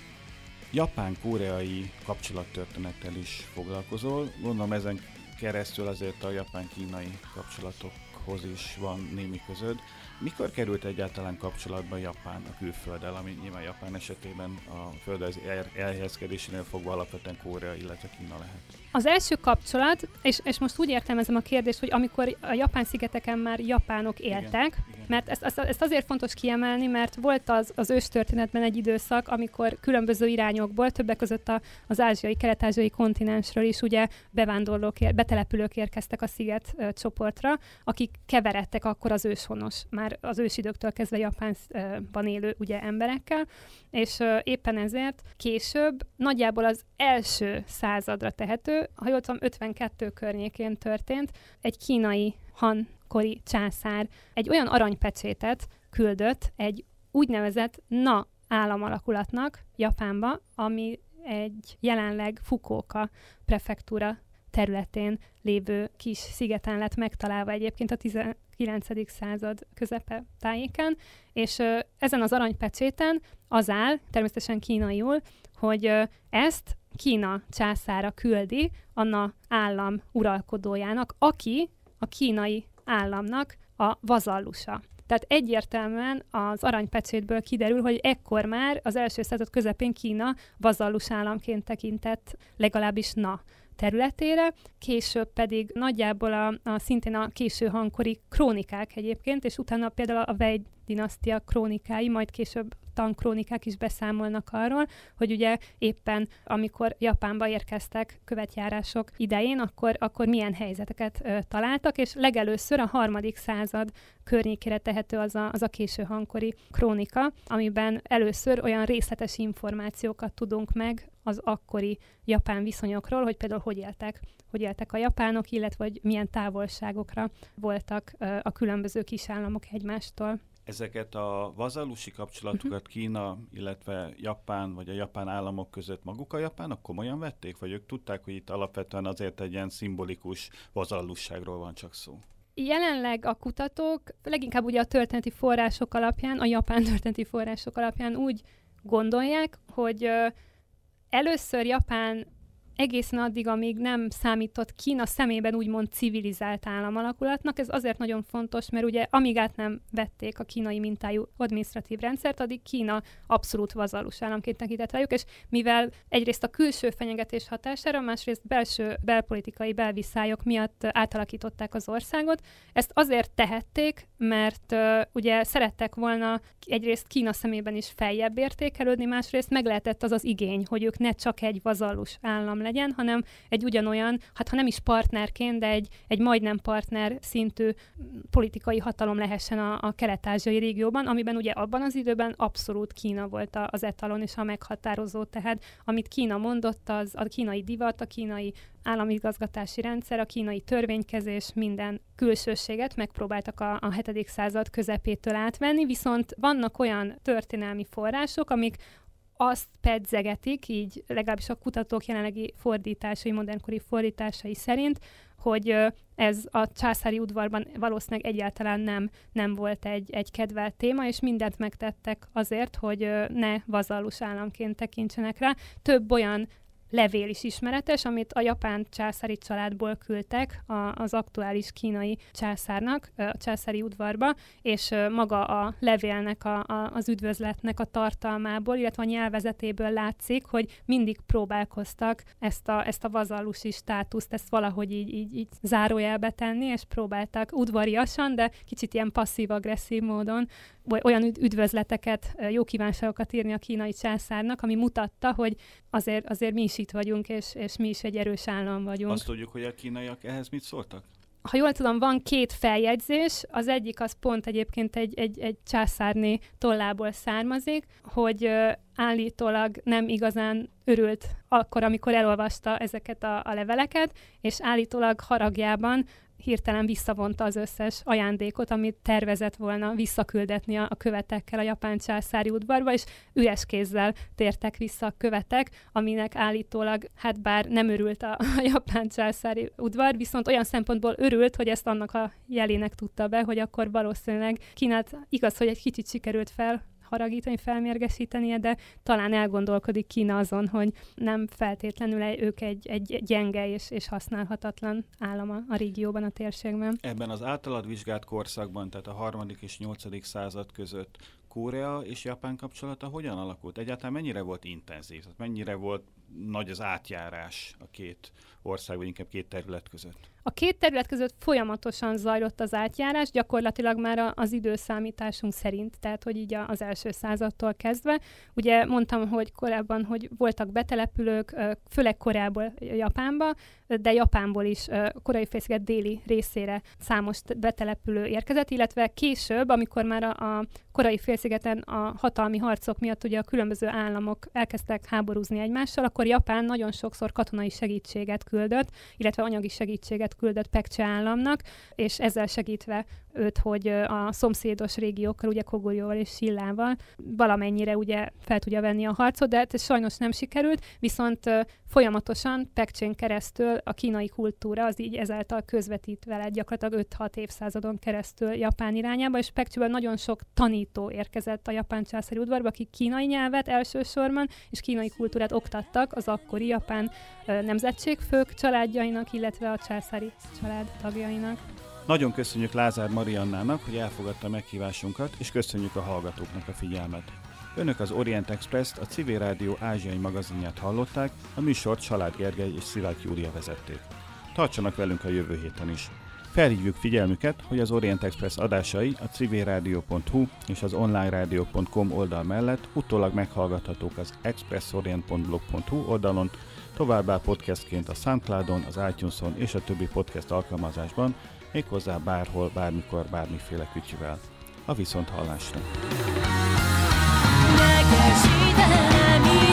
Japán-koreai kapcsolattörténettel is foglalkozol. Gondolom ezen keresztül azért a japán-kínai kapcsolatokhoz is van némi közöd. Mikor került egyáltalán kapcsolatba Japán a külfölddel, ami nyilván Japán esetében a földrajzi elhelyezkedésénél fogva alapvetően Korea, illetve Kína lehet? Az első kapcsolat, és most úgy értelmezem a kérdést, hogy amikor a Japán-szigeteken már japánok éltek, igen. Mert ezt azért fontos kiemelni, mert volt az őstörténetben egy időszak, amikor különböző irányokból, többek között az ázsiai, kelet-ázsiai kontinensről is ugye betelepülők érkeztek a sziget csoportra, akik keveredtek akkor az őshonos, már az ősidőktől kezdve Japánban élő ugye emberekkel, és éppen ezért később nagyjából az első századra tehető, ha jól tudom, 52 környékén történt, egy kínai Han-kori császár egy olyan aranypecsétet küldött egy úgynevezett Na államalakulatnak Japánba, ami egy jelenleg Fukuoka prefektúra területén lévő kis szigeten lett megtalálva egyébként a 19. század közepe tájéken, és ezen az aranypecséten az áll, természetesen kínaiul, hogy ezt Kína császára küldi Anna állam uralkodójának, aki a kínai államnak a vazallusa. Tehát egyértelműen az aranypecsétből kiderül, hogy ekkor már az első század közepén Kína vazallus államként tekintett legalábbis területére, később pedig nagyjából a szintén a késő hankori krónikák egyébként, és utána például a Wei dinasztia krónikái, majd később Tang krónikák is beszámolnak arról, hogy ugye éppen amikor Japánba érkeztek követjárások idején, akkor milyen helyzeteket találtak, és legelőször a 3. század környékére tehető az a késő hankori krónika, amiben először olyan részletes információkat tudunk meg az akkori japán viszonyokról, hogy például hogy éltek a japánok, illetve hogy milyen távolságokra voltak a különböző kisállamok egymástól. Ezeket a vazallusi kapcsolatokat Kína, illetve Japán, vagy a japán államok között maguk a japánok komolyan vették? Vagy ők tudták, hogy itt alapvetően azért egy ilyen szimbolikus vazallusságról van csak szó? Jelenleg a kutatók, leginkább ugye a történeti források alapján, a japán történeti források alapján úgy gondolják, hogy először Japán egészen addig, amíg nem számított Kína szemében úgymond civilizált államalakulatnak. Ez azért nagyon fontos, mert ugye amíg át nem vették a kínai mintájú adminisztratív rendszert, addig Kína abszolút vazallus államként tekintett rájuk, és mivel egyrészt a külső fenyegetés hatására, másrészt belpolitikai belviszályok miatt átalakították az országot, ezt azért tehették, mert ugye szerettek volna egyrészt Kína szemében is feljebb értékelődni, másrészt meg lehetett az igény, hogy ők ne csak egy vazallus állam legyen, hanem egy ugyanolyan, hát ha nem is partnerként, de egy majdnem partner szintű politikai hatalom lehessen a kelet-ázsiai régióban, amiben ugye abban az időben abszolút Kína volt az etalon és a meghatározó, tehát amit Kína mondott, az a kínai divat, a kínai államigazgatási rendszer, a kínai törvénykezés, minden külsőséget megpróbáltak a 7. század közepétől átvenni, viszont vannak olyan történelmi források, amik azt pedzegetik, így legalábbis a kutatók jelenlegi fordításai, modernkori fordításai szerint, hogy ez a császári udvarban valószínűleg egyáltalán nem volt egy kedvelt téma, és mindent megtettek azért, hogy ne vazallus államként tekintsenek rá. Több olyan levél is ismeretes, amit a japán császári családból küldtek az aktuális kínai császárnak, a császári udvarba, és maga a levélnek, az üdvözletnek a tartalmából, illetve a nyelvezetéből látszik, hogy mindig próbálkoztak ezt a vazallusi státuszt, ezt valahogy így zárójelbe tenni, és próbáltak udvariasan, de kicsit ilyen passzív-agresszív módon olyan üdvözleteket, jó kívánságokat írni a kínai császárnak, ami mutatta, hogy azért mi is itt vagyunk, és mi is egy erős állam vagyunk. Azt tudjuk, hogy a kínaiak ehhez mit szóltak? Ha jól tudom, van 2 feljegyzés, az egyik az pont egyébként egy császárné tollából származik, hogy állítólag nem igazán örült akkor, amikor elolvasta ezeket a leveleket, és állítólag haragjában hirtelen visszavonta az összes ajándékot, amit tervezett volna visszaküldetni a követekkel a japán császári udvarba, és üres kézzel tértek vissza a követek, aminek állítólag, hát bár nem örült a japán császári udvar, viszont olyan szempontból örült, hogy ezt annak a jelének tudta be, hogy akkor valószínűleg Kínát igaz, hogy egy kicsit sikerült felharagítani, felmérgesítenie, de talán elgondolkodik Kína azon, hogy nem feltétlenül ők egy gyenge és használhatatlan állam a régióban, a térségben. Ebben az általad vizsgált korszakban, tehát a 3. és 8. század között Korea és Japán kapcsolata hogyan alakult? Egyáltalán mennyire volt intenzív? Tehát mennyire volt nagy az átjárás a 2 ország, vagy inkább 2 terület között? A 2 terület között folyamatosan zajlott az átjárás, gyakorlatilag már az időszámításunk szerint, tehát hogy így az első századtól kezdve. Ugye mondtam, hogy korábban, hogy voltak betelepülők, főleg Koreából Japánba, de Japánból is Koreai félsziget déli részére számos betelepülő érkezett, illetve később, amikor már a Koreai félszigeten a hatalmi harcok miatt ugye a különböző államok elkezdtek háborúzni egymással, akkor Japán nagyon sokszor katonai segítséget küldött, illetve anyagi segítséget küldött Pekcse államnak, és ezzel segítve őt, hogy a szomszédos régiókkal, ugye Kogurjóval és Sillával valamennyire ugye fel tudja venni a harcot, de ez sajnos nem sikerült, viszont folyamatosan Pekcsén keresztül a kínai kultúra az így ezáltal közvetítve lett gyakorlatilag 5-6 évszázadon keresztül Japán irányába, és Pekcsében nagyon sok tanító érkezett a japán császári udvarba, akik kínai nyelvet elsősorban, és kínai kultúrát oktattak az akkori japán nemzetségfők családjainak, illetve a császári család tagjainak. Nagyon köszönjük Lázár Mariannának, hogy elfogadta a meghívásunkat, és köszönjük a hallgatóknak a figyelmet. Önök az Orient Express-t, a Civil Rádió ázsiai magazinját hallották, a műsort Salád Gergely és Szilárd Júlia vezették. Tartsanak velünk a jövő héten is. Felhívjuk figyelmüket, hogy az Orient Express adásai a civilradio.hu és az onlineradio.com oldal mellett utólag meghallgathatók az expressorient.blog.hu oldalon, továbbá podcastként a Soundcloudon, az iTunes-on és a többi podcast alkalmazásban, méghozzá bárhol, bármikor, bármiféle kütyüvel. A viszonthallásra!